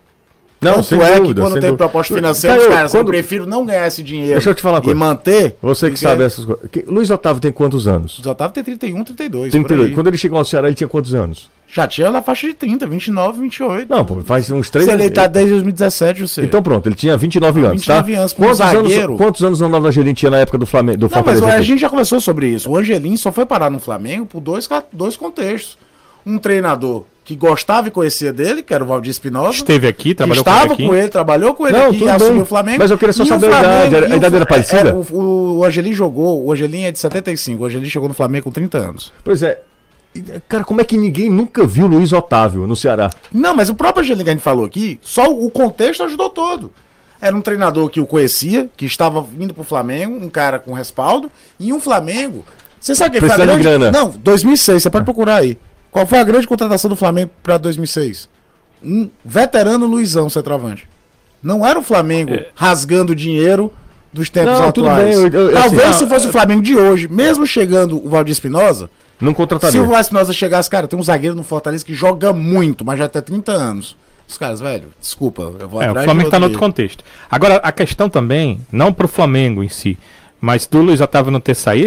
Não, Tanto sem é dúvida, que quando sem tem dúvida. proposta financeira, Caio, os caras, quando... eu prefiro não ganhar esse dinheiro. Deixa eu te falar uma coisa. E manter. Você que sabe essas coisas. Que... Luiz Otávio tem quantos anos? Luiz Otávio tem trinta e um, trinta e dois. trinta e dois. Quando ele chegou ao Ceará, ele tinha quantos anos? Já tinha na faixa de trinta, vinte e nove, vinte e oito. Não, pô, faz uns três anos. Ele tá desde dois mil e dezessete, você. Então pronto, ele tinha vinte e nove anos, vinte e nove tá? anos, quantos, zagueiro... anos, quantos anos o Ronaldo Angelim tinha na época do Flamengo? Do não, mas a gente já conversou sobre isso. O Angelim só foi parar no Flamengo por dois, dois contextos. Um treinador que gostava e conhecia dele, que era o Valdir Espinosa. Esteve aqui, trabalhou com ele Estava com ele, trabalhou com ele não, aqui e assumiu o Flamengo. Mas eu queria só saber a idade, a idade era parecida? É, o, o Angelim jogou, o Angelim é de setenta e cinco, o Angelim chegou no Flamengo com trinta anos. Pois é. Cara, como é que ninguém nunca viu Luiz Otávio no Ceará? Não, mas o próprio Angelim que a gente falou aqui, só o contexto ajudou todo. Era um treinador que o conhecia, que estava vindo pro Flamengo, um cara com respaldo, e um Flamengo... Você sabe quem foi a grande... grana. Não, dois mil e seis, você pode procurar aí. Qual foi a grande contratação do Flamengo para dois mil e seis? Um veterano Luizão, centroavante. Não era o Flamengo é. rasgando dinheiro dos tempos não, atuais. Tudo bem, eu, eu, Talvez assim, se fosse o Flamengo de hoje, mesmo chegando o Valdir Espinosa, não contrataria. Se o Valdir Espinosa chegasse, cara, tem um zagueiro no Fortaleza que joga muito, mas já tem trinta anos. Os caras, velho, desculpa, eu vou é, atrás. O Flamengo tá no outro contexto. Agora, a questão também, não pro Flamengo em si, mas do Luiz Otávio não ter saído,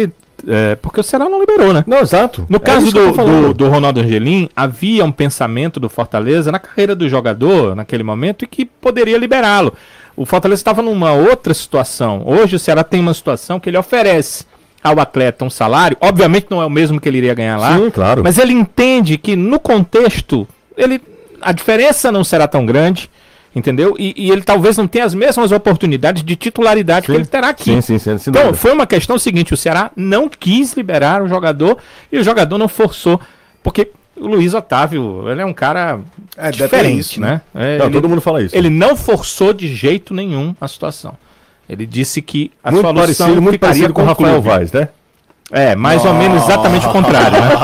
é, porque o Ceará não liberou, né? Não, exato. No caso é do, do, do Ronaldo Angelim, havia um pensamento do Fortaleza na carreira do jogador, naquele momento, e que poderia liberá-lo. O Fortaleza estava numa outra situação. Hoje o Ceará tem uma situação que ele oferece ao atleta um salário, obviamente não é o mesmo que ele iria ganhar lá, sim, claro. Mas ele entende que no contexto, ele, a diferença não será tão grande, entendeu? E, e ele talvez não tenha as mesmas oportunidades de titularidade sim, que ele terá aqui. Sim, sim, sim, sim, então, foi uma questão seguinte, o Ceará não quis liberar o jogador e o jogador não forçou, porque o Luiz Otávio, ele é um cara é, diferente, isso, né? É, não, ele, todo mundo fala isso. Ele não forçou de jeito nenhum a situação. Ele disse que a muito solução parecido, muito parecido com o Rafael Vaz, né? É, mais Nossa. ou menos exatamente o contrário, né?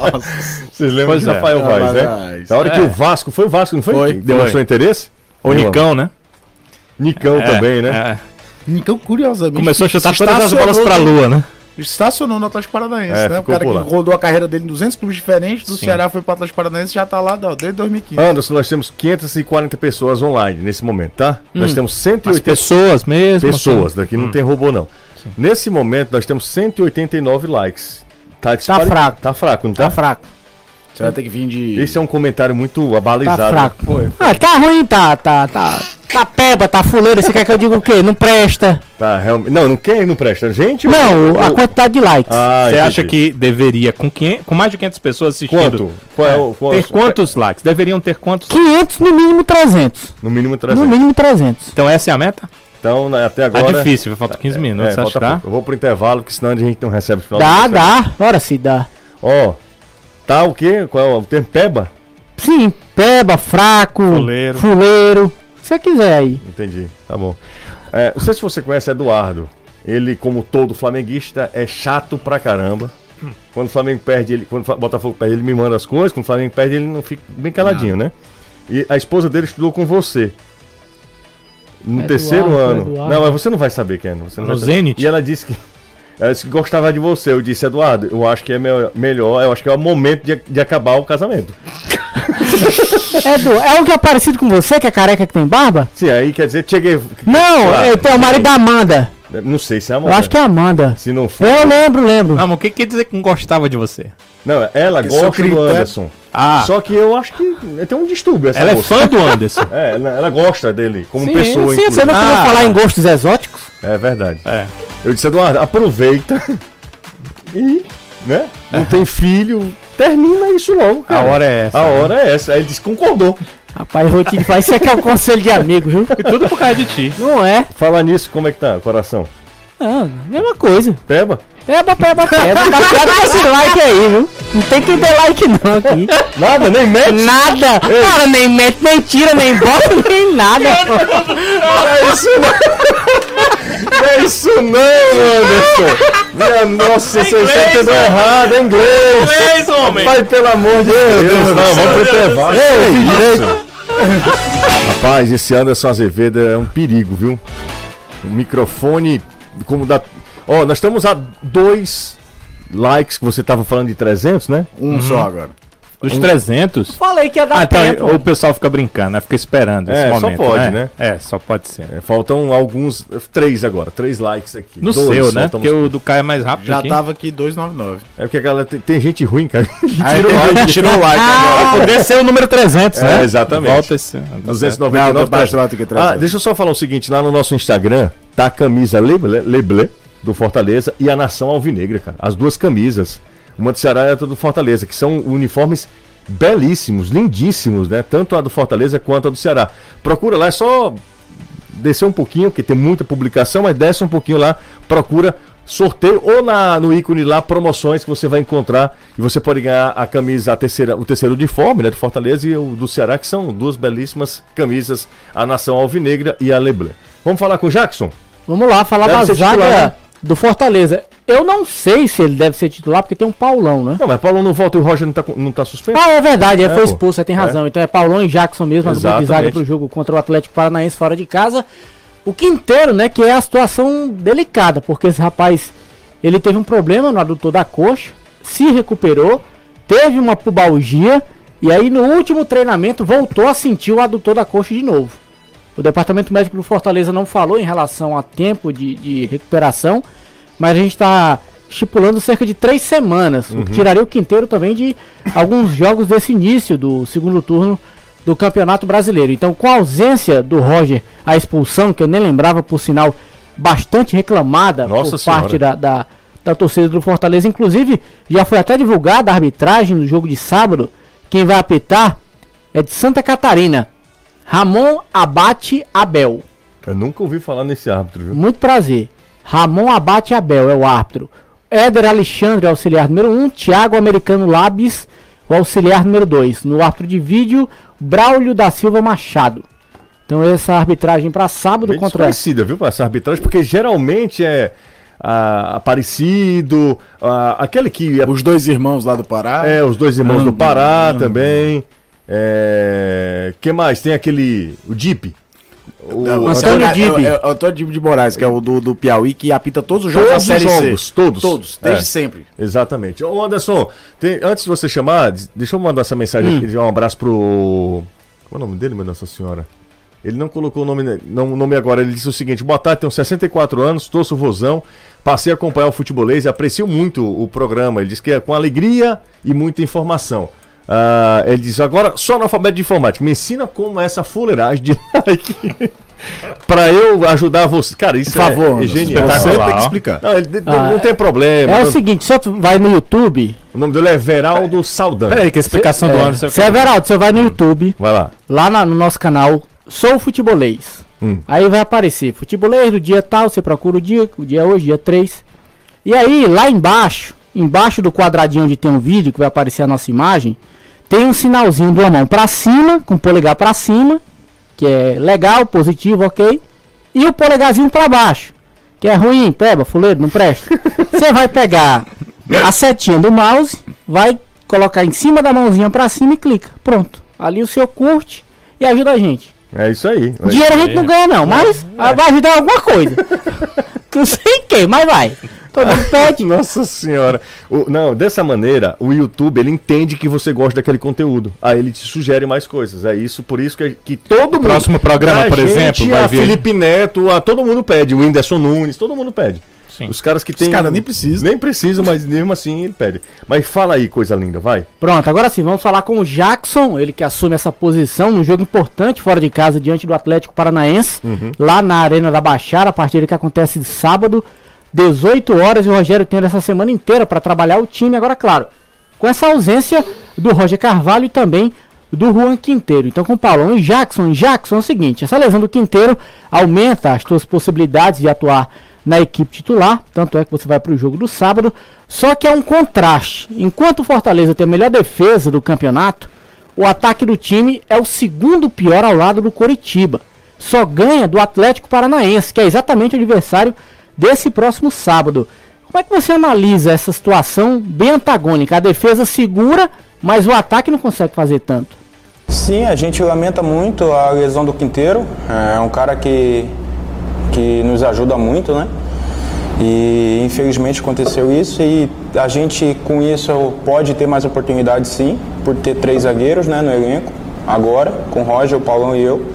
Vocês lembram de é. Rafael Vaz, né? Na hora é. que o Vasco, foi o Vasco, não foi? Foi. Demonstrou foi. interesse? O Nicão, né? Nicão é, também, né? É. Nicão, curiosamente. Começou a chutar todas as bolas pra lua, né? Estacionou no Atlético Paranaense, é, né? O cara que rodou a carreira dele em duzentos clubes diferentes, do Sim. Ceará foi para o Atlético Paranaense, já tá lá ó, desde dois mil e quinze. Anderson, nós temos quinhentas e quarenta pessoas online nesse momento, tá? Hum. Nós temos cento e oitenta As pessoas mesmo. Pessoas, assim. Daqui hum. não tem robô não. Sim. Nesse momento nós temos cento e oitenta e nove likes. Tá, tá fraco. Tá fraco, não tá? Tá fraco. Você vai ter que vir de... Esse é um comentário muito abalizado. Tá fraco. Foi. Ah, tá ruim, tá, tá, tá. Tá peba, tá fuleira, você quer que eu diga o quê? Não presta. Tá, realmente. Não, não quer, não presta. Gente, não, eu... a quantidade de likes. Ah, você acha que deveria, com, quinhentos, com mais de quinhentas pessoas assistindo... Quanto? Qual é o, qual ter quantos likes? Deveriam ter quantos? quinhentos, no mínimo trezentos. No mínimo trezentos. No mínimo trezentos. Então essa é a meta? Então, até agora... É difícil, falta quinze minutos, é, é, falta tá? Eu vou pro intervalo, porque senão a gente não recebe o final. Dá, dá. Ora se dá. Ó, oh, tá o quê? Qual é o termo? Peba? Sim, peba, fraco, fuleiro. fuleiro. Se você quiser aí. Entendi, tá bom. É, não sei se você conhece Eduardo. Ele, como todo flamenguista, é chato pra caramba. Hum. Quando o Flamengo perde, ele, quando o Botafogo perde, ele me manda as coisas. Quando o Flamengo perde, ele não fica bem caladinho, não. né? E a esposa dele estudou com você. No Eduardo, terceiro ano. Eduardo. Não, mas você não vai saber quem é. Você não no vai Zenit. E ela disse que... Ela disse que gostava de você. Eu disse, Eduardo, eu acho que é me- melhor, eu acho que é o momento de, de acabar o casamento. Edu, é o que é parecido com você, que é careca que tem barba? Sim, aí quer dizer, cheguei. Não, claro, é, é o marido da Amanda. Não sei se é a Amanda. Eu acho que é a Amanda. Se não for. Eu lembro, lembro. Não, mas o que quer dizer que não gostava de você? Não, ela que gosta do Anderson. Ah. Só que eu acho que tem um distúrbio essa Ela moça. é fã do Anderson. É, ela, ela gosta dele como sim, pessoa. Sim, você não queria ah. falar em gostos exóticos? É verdade. É. Eu disse, Eduardo, aproveita e, né? Não é. tem filho, termina isso logo, cara. A hora é essa. A né? hora é essa. Aí ele disse, concordou. Rapaz, vou te falar, isso aqui é um conselho de amigo, viu? E tudo por causa de ti. Não é? Falar nisso, como é que tá, coração? Ah, mesma coisa. Peba? Peba, peba, peba. Tá pior com esse like aí, viu? Não tem que ter like não aqui. Nada, nem mete? Nada. Ei. Cara, nem mete, nem tira, nem bota, nem nada. Não é isso não. Não é isso não, Anderson. Minha nossa, é você está tudo errado, é inglês. Inglês, homem. Pai, pelo amor de Deus. Deus não, vamos pro intervalo. Ei, isso. Rapaz, esse Anderson Azevedo é um perigo, viu? O microfone, como da... Ó, oh, nós estamos a dois likes, que você estava falando de trezentos, né? Um uhum. só agora. Os um... trezentos? Falei que ia dar ah, tempo. Então, o pessoal fica brincando, né? Fica esperando esse é, momento. Só pode, né? né? É, só pode ser. É, faltam alguns, três agora, três likes aqui. No dois, seu, né? Porque o do Caio é mais rápido. Já aqui. tava aqui duzentos e noventa e nove. É porque a galera tem, tem gente ruim, cara. Aí tirou o like, tirou o like agora. Pra poder ser o número trezentos, é, né? Exatamente. Volta esse. duzentos e noventa e nove. Não, ah, deixa eu só falar o seguinte, lá no nosso Instagram tá a camisa Leblé, Leblé do Fortaleza e a Nação Alvinegra, cara. As duas camisas. Uma do Ceará e outra do Fortaleza, que são uniformes belíssimos, lindíssimos, né? Tanto a do Fortaleza quanto a do Ceará. Procura lá, é só descer um pouquinho, porque tem muita publicação, mas desce um pouquinho lá, procura sorteio ou na, no ícone lá, promoções que você vai encontrar e você pode ganhar a camisa, a terceira, o terceiro uniforme, né? Do Fortaleza e o do Ceará, que são duas belíssimas camisas, a Nação Alvinegra e a Leblé. Vamos falar com o Jackson? Vamos lá, falar Deve da zaga titular, né? do Fortaleza. Eu não sei se ele deve ser titular, porque tem um Paulão, né? Não, mas Paulão não volta e o Roger não tá, não tá suspenso. Ah, é verdade, ele é, foi pô. expulso, você tem é. razão. Então é Paulão e Jackson mesmo, a dupla de zaga pro jogo contra o Atlético Paranaense fora de casa. O Quinteiro, né, que é a situação delicada, porque esse rapaz, ele teve um problema no adutor da coxa, se recuperou, teve uma pubalgia, e aí no último treinamento voltou a sentir o adutor da coxa de novo. O departamento médico do Fortaleza não falou em relação a tempo de, de recuperação, mas a gente está estipulando cerca de três semanas, uhum. o que tiraria o Quinteiro também de alguns jogos desse início do segundo turno do Campeonato Brasileiro. Então, com a ausência do Roger, a expulsão, que eu nem lembrava, por sinal, bastante reclamada Nossa por senhora. parte da, da, da torcida do Fortaleza, inclusive já foi até divulgada a arbitragem no jogo de sábado. Quem vai apitar é de Santa Catarina, Ramon Abate Abel. Eu nunca ouvi falar nesse árbitro, viu? Muito prazer. Ramon Abate Abel é o árbitro. Éder Alexandre, auxiliar número um. Thiago Americano Labis, o auxiliar número dois. No árbitro de vídeo, Braulio da Silva Machado. Então essa arbitragem para sábado Bem contra... Parecida, viu? Essa arbitragem, porque geralmente é a, Aparecido, a, aquele que... Os dois irmãos lá do Pará. É, os dois irmãos ah, do Pará ah, também. É... que mais? Tem aquele... O Dip. O Antônio Dib. É, é, é, Antônio Dib de Moraes, que é o do, do Piauí, que apita todos os jogos todos da Série jogos, C. Todos. Todos, desde é, sempre. Exatamente. Ô Anderson, tem, antes de você chamar, deixa eu mandar essa mensagem hum. aqui, um abraço pro... Qual é o nome dele, meu Nossa Senhora? Ele não colocou o nome, não, o nome agora, ele disse o seguinte: boa tarde, tenho sessenta e quatro anos, torço o Vozão, passei a acompanhar o futebolês e aprecio muito o programa. Ele disse que é com alegria e muita informação. Uh, ele diz, agora sou analfabeto de informática, me ensina como é essa fuleiragem de like pra eu ajudar você. Cara, isso Por é, favor, é genial. Você tem que explicar. Não, ele, ah, não tem problema. É não... o seguinte, só tu vai no YouTube. O nome dele é Veraldo Saldanha. Peraí, que a explicação cê, do ano. Você é Veraldo, você vai no YouTube. Vai lá. Lá na, no nosso canal, Sou Futebolês. Hum. Aí vai aparecer Futebolês do dia tal, você procura o dia, o dia é hoje, dia três. E aí, lá embaixo, embaixo do quadradinho onde tem um vídeo, que vai aparecer a nossa imagem, tem um sinalzinho de uma mão para cima, com o polegar para cima, que é legal, positivo, ok. E o polegarzinho para baixo, que é ruim, peba, fuleiro, não presta. Você vai pegar a setinha do mouse, vai colocar em cima da mãozinha para cima e clica. Pronto. Ali o senhor curte e ajuda a gente. É isso aí. Dinheiro a gente não ganha não, mas é. vai ajudar alguma coisa. Não sei quem, mas vai. Todo mundo pede. Nossa senhora. O, não, dessa maneira, o YouTube, ele entende que você gosta daquele conteúdo. Aí ele te sugere mais coisas. É isso, por isso que, que todo mundo... Próximo programa, por gente, exemplo, vai a vir... Felipe Neto, a, todo mundo pede. O Whindersson Nunes, todo mundo pede. Sim. Os caras que tem... Os caras nem precisam. Nem precisam, mas mesmo assim ele pede. Mas fala aí, coisa linda, vai. Pronto, agora sim, vamos falar com o Jackson, ele que assume essa posição num jogo importante fora de casa, diante do Atlético Paranaense, uhum. lá na Arena da Baixada, a partida que acontece de sábado, dezoito horas, e o Rogério tem essa semana inteira para trabalhar o time. Agora, claro, com essa ausência do Roger Carvalho e também do Juan Quinteiro. Então, com o Paulão e Jackson. Jackson é o seguinte, essa lesão do Quinteiro aumenta as suas possibilidades de atuar na equipe titular, tanto é que você vai para o jogo do sábado, só que é um contraste. Enquanto o Fortaleza tem a melhor defesa do campeonato, o ataque do time é o segundo pior ao lado do Coritiba. Só ganha do Atlético Paranaense, que é exatamente o adversário desse próximo sábado. Como é que você analisa essa situação bem antagônica? A defesa segura, mas o ataque não consegue fazer tanto. Sim, a gente lamenta muito a lesão do Quinteiro. É um cara que, que nos ajuda muito, né? E infelizmente aconteceu isso, e a gente com isso pode ter mais oportunidades, sim, por ter três zagueiros, né, no elenco, agora, com o Roger, o Paulão e eu.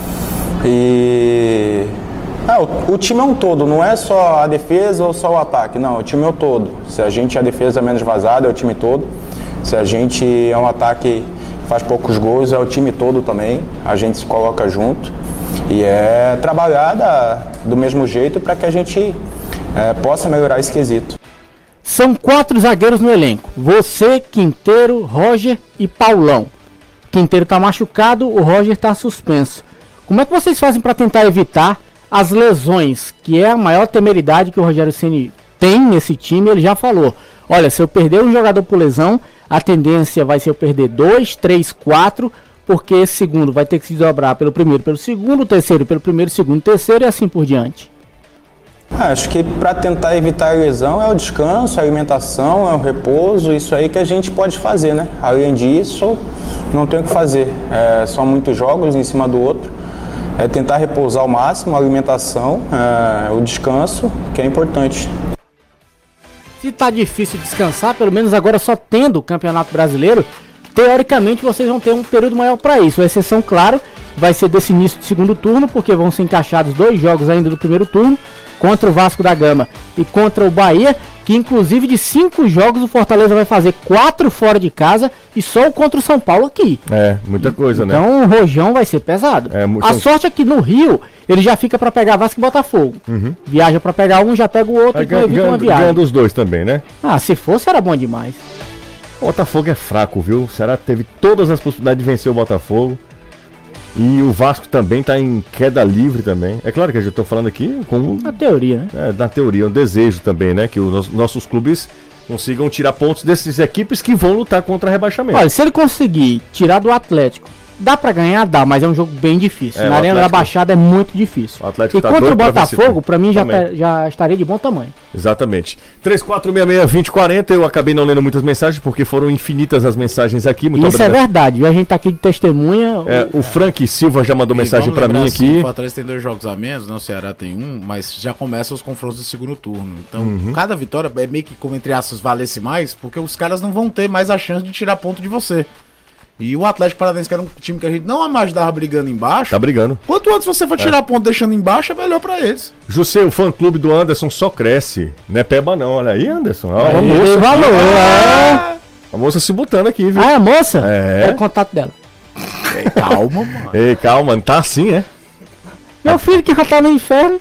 E... Ah, o, o time é um todo, não é só a defesa ou só o ataque, não, o time é o todo. Se a gente é a defesa menos vazada, é o time todo. Se a gente é um ataque que faz poucos gols, é o time todo também. A gente se coloca junto e é trabalhar da, do mesmo jeito para que a gente é, possa melhorar esse quesito. São quatro zagueiros no elenco, você, Quinteiro, Roger e Paulão. Quinteiro está machucado, o Roger está suspenso. Como é que vocês fazem para tentar evitar as lesões, que é a maior temeridade que o Rogério Ceni tem nesse time? Ele já falou, olha, se eu perder um jogador por lesão, a tendência vai ser eu perder dois, três, quatro, porque esse segundo vai ter que se dobrar pelo primeiro, pelo segundo, terceiro, pelo primeiro, segundo, terceiro e assim por diante. Ah, acho que para tentar evitar a lesão é o descanso, a alimentação, é o repouso, isso aí que a gente pode fazer, né? Além disso, não tem o que fazer, é, são muitos jogos em cima do outro. É tentar repousar ao máximo, a alimentação, é, o descanso, que é importante. Se tá difícil descansar, pelo menos agora só tendo o Campeonato Brasileiro, teoricamente vocês vão ter um período maior para isso. A exceção, claro, vai ser desse início do segundo turno, porque vão ser encaixados dois jogos ainda do primeiro turno, contra o Vasco da Gama e contra o Bahia. que inclusive de cinco jogos o Fortaleza vai fazer quatro fora de casa e só o contra o São Paulo aqui. É, muita coisa, então, né? Então o rojão vai ser pesado. É, muito... A sorte é que no Rio ele já fica para pegar Vasco e Botafogo. Uhum. Viaja para pegar um, já pega o outro, então evita uma viagem. Ganha dos dois também, né? Ah, se fosse era bom demais. O Botafogo é fraco, viu? O Ceará teve todas as possibilidades de vencer o Botafogo. E o Vasco também tá em queda livre também. É claro que eu já tô falando aqui com... Na teoria, né? É, na teoria, um desejo também, né? Que os nossos clubes consigam tirar pontos dessas equipes que vão lutar contra rebaixamento. Olha, se ele conseguir tirar do Atlético, dá pra ganhar? Dá, mas é um jogo bem difícil. É, na Arena da Baixada é muito difícil. O Atlético e tá contra o Botafogo, pra, pra mim, já, tá, já estaria de bom tamanho. Exatamente. três quatro seis seis, dois zero quatro zero, eu acabei não lendo muitas mensagens, porque foram infinitas as mensagens aqui. Muito Isso obrigado. É verdade, a gente tá aqui de testemunha. É, o Frank Silva já mandou e mensagem pra mim assim, aqui. O Fortaleza tem dois jogos a menos, né? O Ceará tem um, mas já começam os confrontos do segundo turno. Então, uhum. cada vitória é meio que, como entre aspas, valesse mais, porque os caras não vão ter mais a chance de tirar ponto de você. E o Atlético Paranaense, que era um time que a gente não imaginava brigando embaixo. Tá brigando. Quanto antes você for tirar é. ponto deixando embaixo, é melhor pra eles. José, o fã-clube do Anderson só cresce. Não é peba não, olha aí, Anderson. Olha a moça. Valor, é. A moça se botando aqui, viu? Ah, é a moça? É. É o contato dela. Ei, calma, mano. Ei, calma, não tá assim, é? Meu filho que já tá no inferno.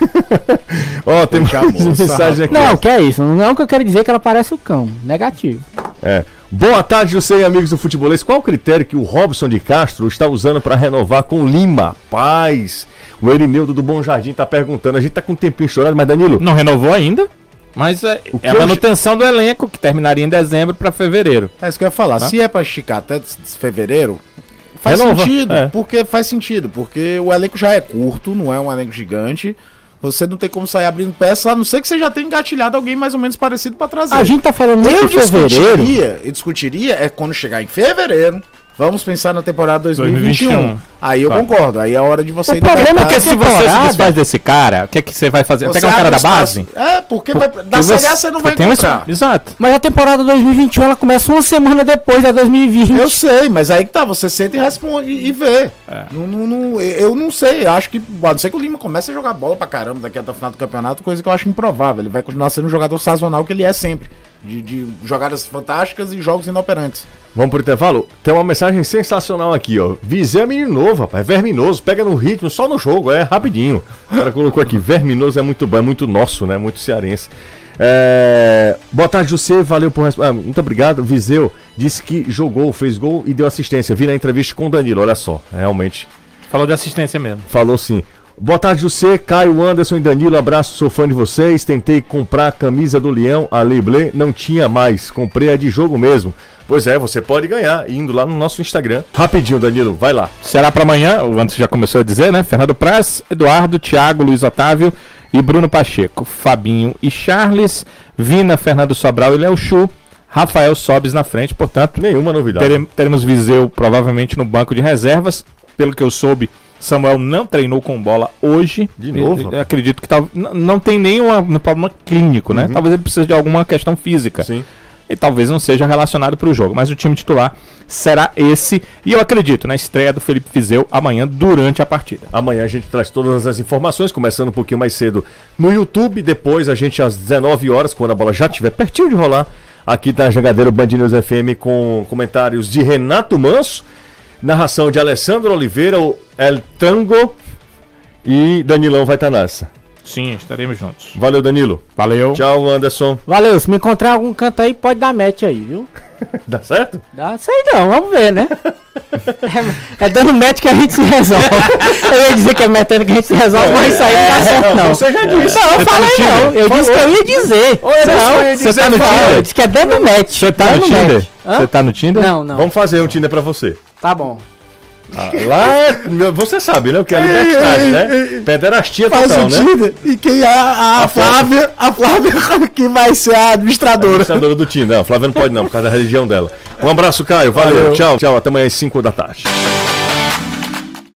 Ó, oh, tem uma mensagem aqui. Não, que é isso. Não é o que eu quero dizer que ela parece o cão. Negativo. É. Boa tarde, José e amigos do Futebolês. Qual o critério que o Robson de Castro está usando para renovar com Lima? Paz. O Erineudo do Bom Jardim tá perguntando. A gente tá com um tempinho chorando, mas Danilo... Não renovou ainda? Mas é, é a manutenção eu... do elenco, que terminaria em dezembro para fevereiro. É isso que eu ia falar. Ah? Se é para esticar até fevereiro, faz Renova. sentido. É. Porque faz sentido. Porque o elenco já é curto, não é um elenco gigante. Você não tem como sair abrindo peça, a não ser que você já tenha engatilhado alguém mais ou menos parecido para trazer. A gente tá falando muito eu de fevereiro. Discutiria, eu discutiria é quando chegar em fevereiro, vamos pensar na temporada dois mil e vinte e um. Aí eu tá. concordo, aí é a hora de você... O problema é que se você se desfaz desse cara, o que é que você vai fazer? Você Pega um cara da base? É, porque vai, da Série A você não vai encontrar. Um... Exato. Mas a temporada dois mil e vinte e um, ela começa uma semana depois da dois mil e vinte. Eu sei, mas aí que tá, você senta e responde e, e vê. É. Não, não, não, eu não sei, acho que, a não ser que o Lima comece a jogar bola pra caramba daqui até o final do campeonato, coisa que eu acho improvável. Ele vai continuar sendo um jogador sazonal que ele é sempre. De, de jogadas fantásticas e jogos inoperantes. Vamos pro intervalo? Tem uma mensagem sensacional aqui, ó. Viseu é menino novo, rapaz. Verminoso, pega no ritmo, só no jogo, é rapidinho. O cara colocou aqui, Verminoso é muito bom, é muito nosso, né? Muito cearense. É... Boa tarde, José, valeu por responder. Ah, muito obrigado. Viseu disse que jogou, fez gol e deu assistência. Vi na entrevista com o Danilo, olha só, realmente. Falou de assistência mesmo. Falou sim. Boa tarde, José, Caio, Anderson e Danilo, abraço, sou fã de vocês. Tentei comprar a camisa do Leão, a Leiblé, não tinha mais, comprei a de jogo mesmo. Pois é, você pode ganhar indo lá no nosso Instagram. Rapidinho, Danilo, vai lá. Será para amanhã, o Anderson já começou a dizer, né? Fernando Praz, Eduardo, Thiago, Luiz Otávio e Bruno Pacheco, Fabinho e Charles, Vina, Fernando Sobral e Léo Chu, Rafael Sobes na frente, portanto, nenhuma novidade. Teremos, teremos Viseu provavelmente no banco de reservas, pelo que eu soube. Samuel não treinou com bola hoje. De novo? Eu acredito que tá, não, não tem nenhum problema clínico, né? Uhum. Talvez ele precise de alguma questão física. Sim. E talvez não seja relacionado para o jogo. Mas o time titular será esse. E eu acredito na estreia do Felipe Viseu amanhã durante a partida. Amanhã a gente traz todas as informações, começando um pouquinho mais cedo no YouTube. Depois a gente às dezenove horas, quando a bola já estiver pertinho de rolar, aqui tá a Jangadeiro Band News F M com comentários de Renato Manso. Narração de Alessandro Oliveira, o El Tango, e Danilão vai estar nessa. Sim, estaremos juntos. Valeu, Danilo. Valeu. Tchau, Anderson. Valeu, se me encontrar algum canto aí, pode dar match aí, viu? Dá certo? Dá, sei não, vamos ver, né? é, é dando match que a gente se resolve. Eu ia dizer que é metendo que a gente se resolve, é, mas isso aí não dá certo, não. Você já disse. Não, eu falei tá não. Eu Falou. disse que eu ia dizer. Oi, não, você tá no Tinder? Eu disse que é dando match. Você tá no Tinder? Você tá no Tinder? Não, não. Vamos fazer um Tinder pra você. Tá bom. Ah, lá, você sabe, né? O que é a libertade, né? Pederastia total, né? E quem é a, a Flávia, a Flávia que vai ser a administradora. A administradora do time. Não, a Flávia não pode não, por causa da religião dela. Um abraço, Caio. Valeu. Valeu. Tchau, tchau. Até amanhã às cinco da tarde.